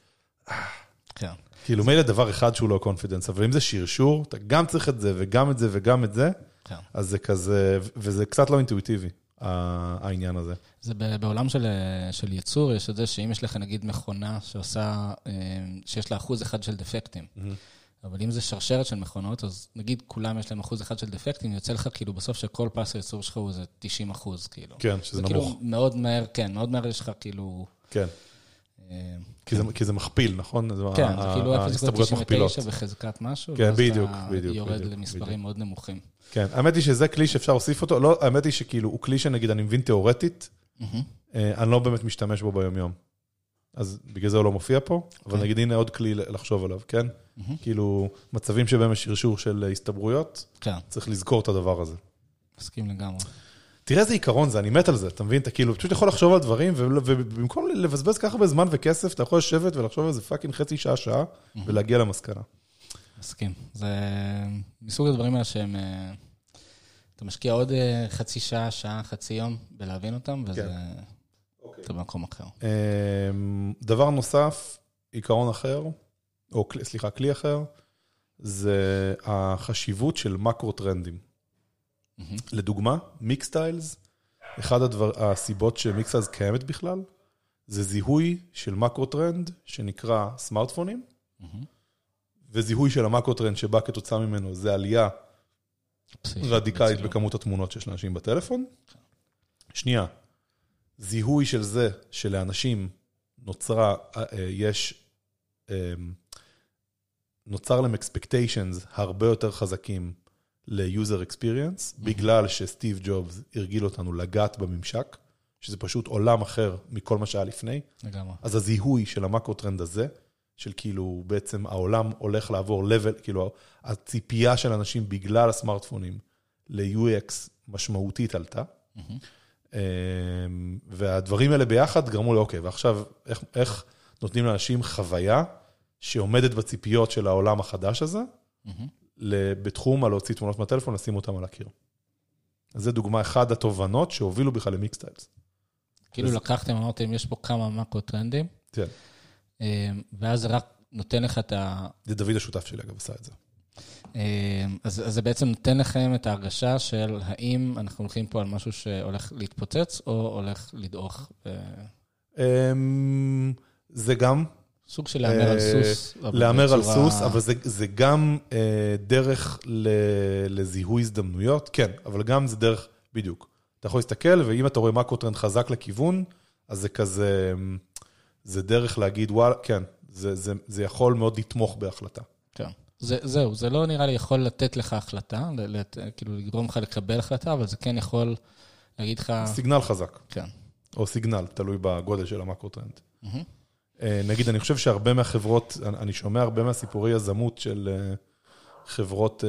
כן. כאילו מילא דבר אחד שהוא low confidence, אבל אם זה שרשור, אתה גם צריך את זה, וגם את זה, וגם את זה, כן. אז זה כזה, וזה קצת לא אינטואיטיבי. העניין הזה. זה בעולם של, של ייצור, יש את זה שאם יש לך נגיד מכונה שעושה, שיש לה אחוז אחד של דפקטים, mm-hmm. אבל אם זה שרשרת של מכונות, אז נגיד כולם יש להם אחוז אחד של דפקטים, יוצא לך כאילו בסוף שכל פס הייצור שלך הוא איזה תשעים אחוז, כאילו. כן, שזה נמוך. זה כאילו מאוד מהר, כן, מאוד מהר יש לך כאילו... כן. כי זה, כי זה מכפיל, נכון? כן, זה כאילו אפס נקודה תשעים ותשע בחזקת משהו, כן, בדיוק, ואז בדיוק, אתה יורד בדיוק, למספרים בדיוק. מאוד נמוכים. כן, האמת היא שזה כלי שאפשר להוסיף אותו, לא, האמת היא שכאילו הוא כלי שנגיד אני מבין תיאורטית, אני לא באמת משתמש בו ביום יום. אז בגלל זה הוא לא מופיע פה, אבל נגיד הנה עוד כלי לחשוב עליו, כן? כאילו מצבים שבהם יש שרשור של הסתברויות, צריך לזכור את הדבר הזה. מסכים לגמרי. תראה איזה עיקרון זה, אני מת על זה, אתה מבין? אתה כאילו פשוט יכול לחשוב על דברים, ובמקום לבזבז ככה בזמן וכסף, אתה יכול לשבת ולחשוב על זה פאקינג חצי שעה שעה, ולהגיע למסקנה. מסכים. זה מסוג הדברים האלה שהם... אתה משקיע עוד חצי שעה, שעה, חצי יום בלהבין אותם, וזה... זה במקום אחר. דבר נוסף, עיקרון אחר, או סליחה, כלי אחר, זה החשיבות של מקרו-טרנדים. לדוגמה, מיקסטיילס, אחד הסיבות שמיקסטיילס קיימת בכלל, זה זיהוי של מקרו-טרנד שנקרא סמארטפונים, וזיהוי של המקרו-טרנד שבא כתוצאה ממנו, זה עלייה רדיקלית בכמות התמונות שיש לאנשים בטלפון. שנייה, זיהוי של זה שלאנשים נוצרה, יש, נוצר להם expectations הרבה יותר חזקים ל-user experience, בגלל שסטיב ג'ובס הרגיל אותנו לגעת בממשק, שזה פשוט עולם אחר מכל מה שהיה לפני. לגמרי. אז הזיהוי של המקרו-טרנד הזה, של כאילו בעצם העולם הולך לעבור level, כאילו הציפייה של אנשים בגלל הסמארטפונים ל-יו אקס משמעותית עלתה, והדברים האלה ביחד גרמו לאוקיי, ועכשיו איך, איך נותנים לאנשים חוויה שעומדת בציפיות של העולם החדש הזה, בתחום על להוציא תמונות מהטלפון, לשים אותם על הקיר. אז זה דוגמה אחד התובנות שהובילו בכלל למיקסטיילס. כאילו לקחתם, אמרתם, יש פה כמה מקרו-טרנדים, כן. ואז זה רק נותן לך את ה... זה דוד השותף שלי, אגב, עשה את זה. אז, אז זה בעצם נותן לכם את ההרגשה של האם אנחנו הולכים פה על משהו שהולך להתפוצץ, או הולך לדעוך. זה גם... סוג של לאמר על סוס. לאמר על סוס, אבל זה, זה גם דרך לזיהוי הזדמנויות, כן, אבל גם זה דרך, בדיוק. אתה יכול להסתכל, ואם אתה רואה מקרו-טרנד חזק לכיוון, אז זה כזה, זה דרך להגיד, וואלה, כן, זה, זה, זה יכול מאוד לתמוך בהחלטה. כן. זה, זהו, זה לא נראה לי יכול לתת לך החלטה, לת, כאילו לגרום לך לקבל החלטה, אבל זה כן יכול להגיד לך... סיגנל חזק. כן. או סיגנל, תלוי בגודל של המקרו-טרנד. נגיד, אני חושב שהרבה מהחברות, אני שומע הרבה מהסיפורי יזמות של חברות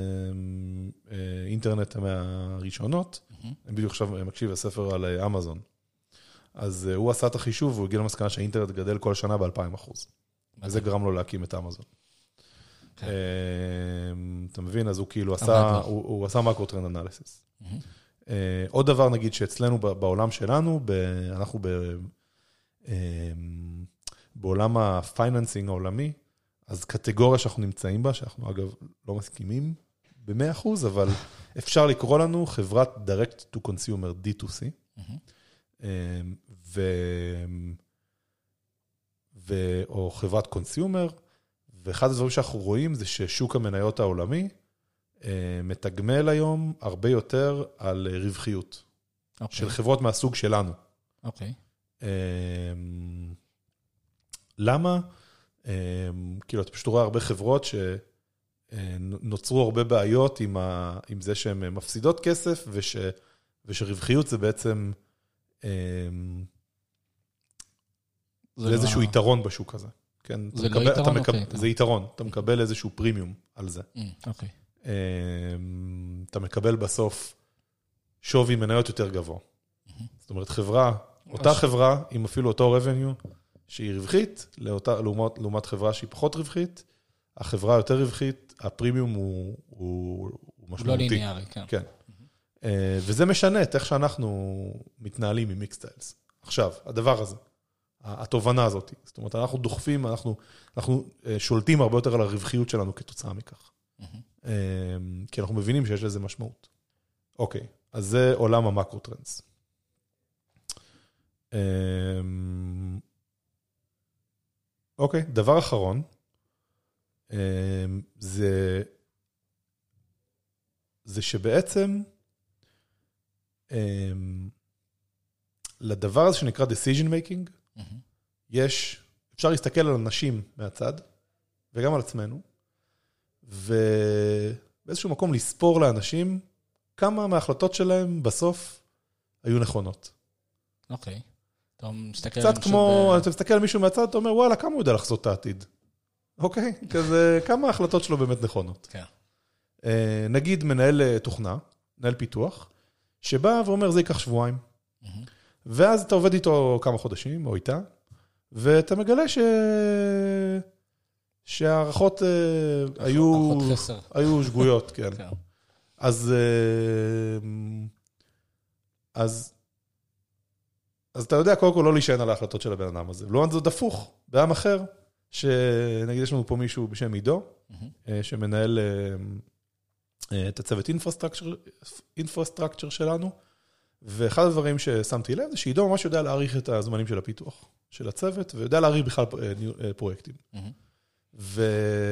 אינטרנט מהראשונות, אני בדיוק עכשיו מקשיב הספר על אמזון. אז הוא עשה את החישוב, והוא הגיע למסקנה שהאינטרנט גדל כל שנה ב-אלפיים אחוז. וזה גרם לו להקים את אמזון. אתה מבין? אז הוא כאילו עשה, הוא עשה מקרו-טרנד אנליסיס. עוד דבר, נגיד, שאצלנו בעולם שלנו, אנחנו ב... בעולם הפייננסינג העולמי, אז קטגוריה שאנחנו נמצאים בה, שאנחנו אגב לא מסכימים ב-מאה אחוז, אבל אפשר לקרוא לנו חברת direct to consumer, די טו סי, ו... ו... או חברת קונסיומר, ואחד הדברים שאנחנו רואים זה ששוק המניות העולמי מתגמל היום הרבה יותר על רווחיות, okay. של חברות מהסוג שלנו. אוקיי. Okay. למה? כאילו, אתה פשוט רואה הרבה חברות שנוצרו הרבה בעיות עם, ה... עם זה שהן מפסידות כסף, וש... ושרווחיות זה בעצם זה, זה איזשהו לא... יתרון בשוק הזה. כן? זה מקבל, לא יתרון? מקב... אוקיי. זה יתרון, אתה מקבל איזשהו פרימיום על זה. אוקיי. אתה מקבל בסוף שווי מניות יותר גבוה. זאת אומרת, חברה, אותה חברה, עם אפילו אותו revenue, שהיא רווחית, לאותה, לעומת, לעומת חברה שהיא פחות רווחית, החברה יותר רווחית, הפרימיום הוא, הוא, הוא משמעותי. לא ליניארי, כן. כן. Mm-hmm. וזה משנה את איך שאנחנו מתנהלים עם מיקסטיילס. עכשיו, הדבר הזה, התובנה הזאת, זאת אומרת, אנחנו דוחפים, אנחנו, אנחנו שולטים הרבה יותר על הרווחיות שלנו כתוצאה מכך. Mm-hmm. כי אנחנו מבינים שיש לזה משמעות. אוקיי, אז זה עולם המקרו-טרנדס. אוקיי, דבר אחרון, זה, זה שבעצם, לדבר הזה שנקרא decision making, mm-hmm. יש, אפשר להסתכל על אנשים מהצד, וגם על עצמנו, ובאיזשהו מקום לספור לאנשים, כמה מההחלטות שלהם בסוף היו נכונות. אוקיי. אתה מסתכל קצת כמו, אתה מסתכל על מישהו מהצד, אתה אומר, וואלה, כמה הוא יודע לחזות את העתיד? אוקיי? כזה, כמה ההחלטות שלו באמת נכונות. כן. נגיד מנהל תוכנה, מנהל פיתוח, שבא ואומר, זה ייקח שבועיים. ואז אתה עובד איתו כמה חודשים, או איתה, ואתה מגלה ש... שהערכות היו... היו שגויות, כן. אז... אז... אז אתה יודע, קודם כל לא להישען על ההחלטות של הבן אדם הזה. לא, זה דפוך, בעם אחר, שנגיד יש לנו פה מישהו בשם עידו, שמנהל את הצוות אינפרסטרקצ'ר שלנו, ואחד הדברים ששמתי לב, זה שעידו ממש יודע להעריך את הזמנים של הפיתוח, של הצוות, ויודע להעריך בכלל פרויקטים. ו...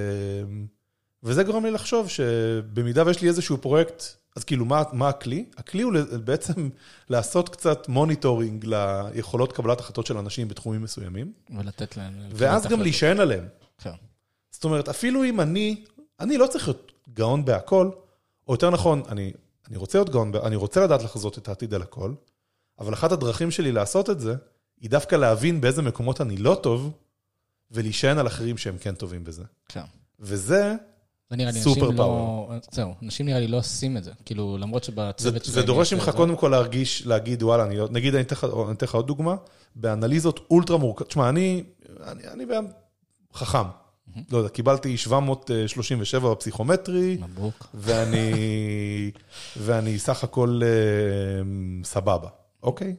וזה גורם לי לחשוב שבמידה ויש לי איזשהו פרויקט, אז כאילו, מה, מה הכלי? הכלי הוא בעצם לעשות קצת מוניטורינג ליכולות קבלת החלטות של אנשים בתחומים מסוימים. ולתת להם. ואז גם להישען עליהם. כן. זאת אומרת, אפילו אם אני, אני לא צריך להיות גאון בהכל, או יותר נכון, אני, אני רוצה להיות גאון, אני רוצה לדעת לחזות את העתיד על הכל, אבל אחת הדרכים שלי לעשות את זה, היא דווקא להבין באיזה מקומות אני לא טוב, ולהישען על אחרים שהם כן טובים בזה. כן. וזה... סופר פאוור. זהו, אנשים נראה לי לא עושים את זה. כאילו, למרות שבצוות שלהם... זה דורש ממך קודם כל להרגיש, להגיד, וואלה, נגיד, אני אתן לך עוד דוגמה, באנליזות אולטרה מורכבות. תשמע, אני, אני בעם חכם. לא יודע, קיבלתי שבע מאות שלושים ושבע בפסיכומטרי, ואני, ואני סך הכל סבבה. אוקיי?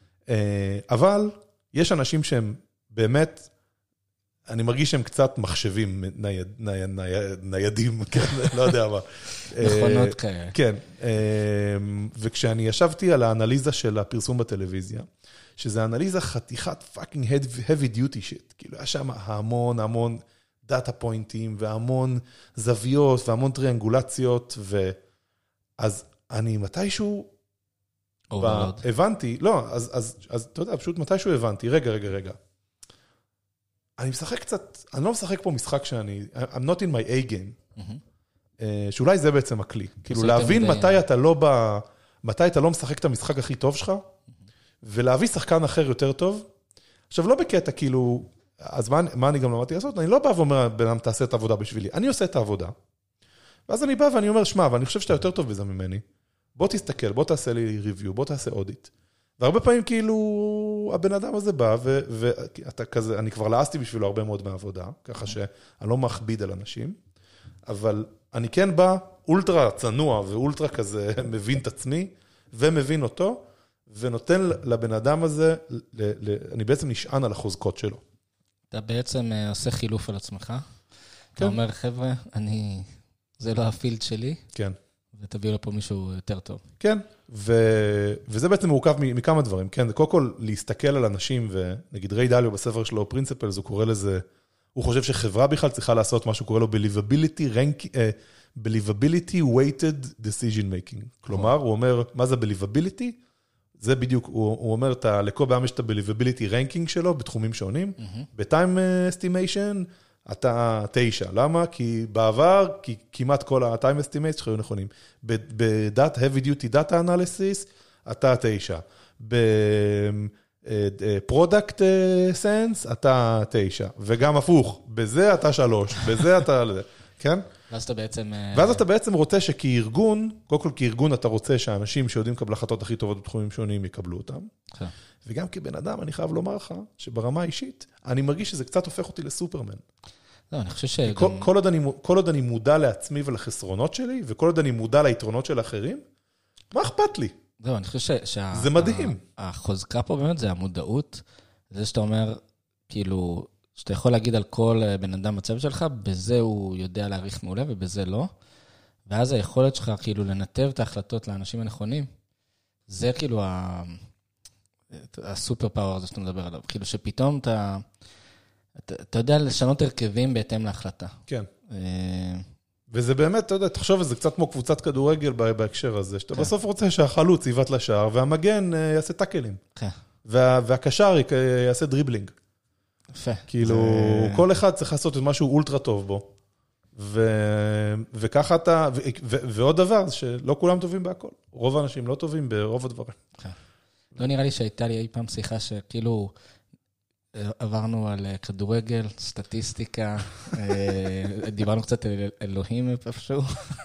אבל יש אנשים שהם באמת... אני מרגיש שהם קצת מחשבים נייד, נייד, נייד, ניידים, כן, לא יודע מה. מכונות כאלה. כן, וכשאני ישבתי על האנליזה של הפרסום בטלוויזיה, שזה אנליזה חתיכת fucking heavy duty shit, כאילו היה שם המון המון דאטה פוינטים, והמון זוויות, והמון טריאנגולציות, ואז אני מתישהו, הבנתי, לא, אז, אז, אז אתה יודע, פשוט מתישהו הבנתי, רגע, רגע, רגע, אני משחק קצת, אני לא משחק פה משחק שאני, I'm not in my A game, שאולי זה בעצם הכלי. כאילו להבין מתי אתה לא בא, מתי אתה לא משחק את המשחק הכי טוב שלך, ולהביא שחקן אחר יותר טוב. עכשיו לא בקטע, כאילו, אז מה, מה אני גם למדתי לעשות? אני לא בא ואומר, בן אדם תעשה את העבודה בשבילי. אני עושה את העבודה. ואז אני בא ואני אומר, שמע, ואני חושב שאתה יותר טוב בזה ממני. בוא תסתכל, בוא תעשה לי ריוויו, בוא תעשה אודיט. והרבה פעמים כאילו הבן אדם הזה בא, ואתה כזה, אני כבר לעסתי בשבילו הרבה מאוד מהעבודה, ככה שאני לא מכביד על אנשים, אבל אני כן בא אולטרה צנוע ואולטרה כזה מבין את עצמי, ומבין אותו, ונותן לבן אדם הזה, אני בעצם נשען על החוזקות שלו. אתה בעצם עושה חילוף על עצמך, אתה אומר, חבר'ה, אני, זה לא הפילד שלי. כן. ותביאו לו פה מישהו יותר טוב. כן, ו... וזה בעצם מורכב מכמה דברים, כן, זה קודם כל להסתכל על אנשים, ונגיד ריי דליו בספר שלו, פרינסיפלס, הוא קורא לזה, הוא חושב שחברה בכלל צריכה לעשות מה שהוא קורא לו believability, rank, uh, believability weighted decision making. כלומר, הוא אומר, מה זה believability? זה בדיוק, הוא, הוא אומר, אתה, לכל בעם יש את ה-believability ranking שלו, בתחומים שונים, mm-hmm. ב-time estimation, אתה תשע. למה? כי בעבר, כי כמעט כל ה-time estimates שלך היו נכונים. ב-data, heavy duty data analysis, אתה תשע. ב-product sense, אתה תשע. וגם הפוך, בזה אתה שלוש, בזה אתה... כן? ואז אתה בעצם... ואז אתה בעצם רוצה שכארגון, קודם כל כארגון אתה רוצה שהאנשים שיודעים לקבל החלטות הכי טובות בתחומים שונים יקבלו אותם. כן. וגם כבן אדם, אני חייב לומר לך, שברמה האישית, אני מרגיש שזה קצת הופך אותי לסופרמן. לא, אני חושב שגם... כל, כל עוד אני, כל עוד אני מודע לעצמי ולחסרונות שלי, וכל עוד אני מודע ליתרונות של האחרים, מה אכפת לי? לא, אני חושב שה... זה מדהים. החוזקה פה באמת זה המודעות, זה שאתה אומר, כאילו, שאתה יכול להגיד על כל בן אדם בצוות שלך, בזה הוא יודע להעריך מעולה ובזה לא, ואז היכולת שלך כאילו לנתב את ההחלטות לאנשים הנכונים, זה כאילו ה... הסופר פאוור הזה שאתה מדבר עליו, כאילו שפתאום אתה, אתה, אתה יודע לשנות הרכבים בהתאם להחלטה. כן, וזה באמת, אתה יודע, תחשוב, זה קצת כמו קבוצת כדורגל בהקשר הזה, שאתה בסוף רוצה שהחלוץ יבט לשער, והמגן יעשה טאקלים. והקשר יעשה דריבלינג. יפה. כאילו, כל אחד צריך לעשות משהו אולטרה טוב בו. וככה אתה, ועוד דבר, שלא כולם טובים בהכל. רוב האנשים לא טובים ברוב הדברים. לא נראה לי שהייתה לי אי פעם שיחה שכאילו עברנו על כדורגל, סטטיסטיקה, דיברנו קצת על אלוהים איפשהו.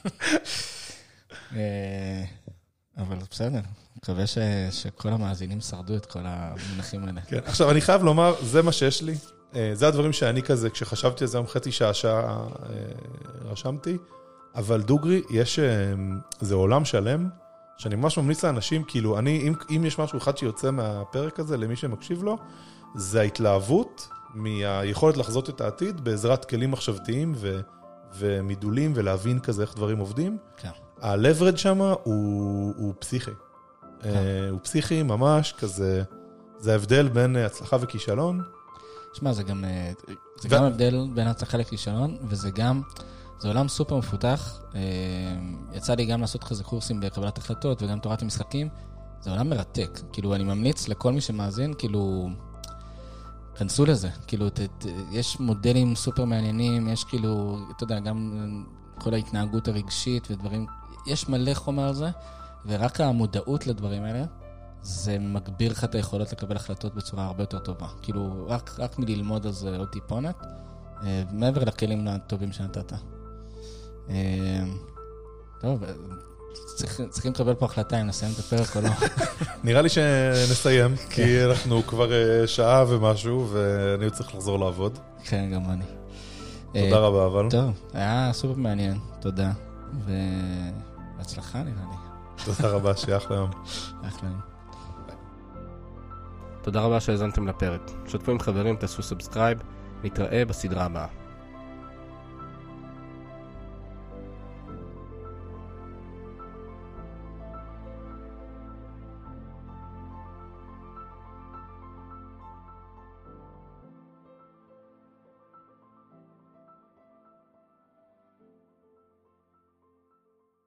אבל בסדר, מקווה שכל המאזינים שרדו את כל המונחים האלה. כן, עכשיו אני חייב לומר, זה מה שיש לי. זה הדברים שאני כזה, כשחשבתי על זה, חצי שעה שעה רשמתי, אבל דוגרי, יש, זה עולם שלם, שאני ממש ממליץ לאנשים, כאילו, אני, אם, אם יש משהו אחד שיוצא מהפרק הזה, למי שמקשיב לו, זה ההתלהבות מהיכולת לחזות את העתיד, בעזרת כלים מחשבתיים ו, ומידולים, ולהבין כזה איך דברים עובדים. כן. הלברד שם הוא, הוא פסיכי. כן. הוא פסיכי ממש, כזה, זה ההבדל בין הצלחה וכישלון. שמע, זה גם, זה ו... גם הבדל בין הצלחה לכישלון, וזה גם, זה עולם סופר מפותח. יצא לי גם לעשות כזה קורסים בקבלת החלטות, וגם תורת המשחקים. זה עולם מרתק. כאילו, אני ממליץ לכל מי שמאזין, כאילו, כנסו לזה. כאילו, ת, ת, יש מודלים סופר מעניינים, יש כאילו, אתה יודע, גם כל ההתנהגות הרגשית ודברים, יש מלא חומר על זה, ורק המודעות לדברים האלה, זה מגביר לך את היכולות לקבל החלטות בצורה הרבה יותר טובה. כאילו, רק, רק מללמוד על זה עוד טיפונת, מעבר לכלים הטובים שנתת. טוב, צריך, צריכים לקבל פה החלטה אם נסיים את הפרק או לא. נראה לי שנסיים, כי אנחנו כבר שעה ומשהו, ואני צריך לחזור לעבוד. כן, גם אני. תודה רבה, אבל. טוב, היה סופר מעניין, תודה. והצלחה נראה לי. תודה רבה, שיהיה אחלה יום. אחלה יום. תודה רבה שהאזנתם לפרק. שתפו עם חברים, תעשו סאבסקרייב, נתראה בסדרה הבאה.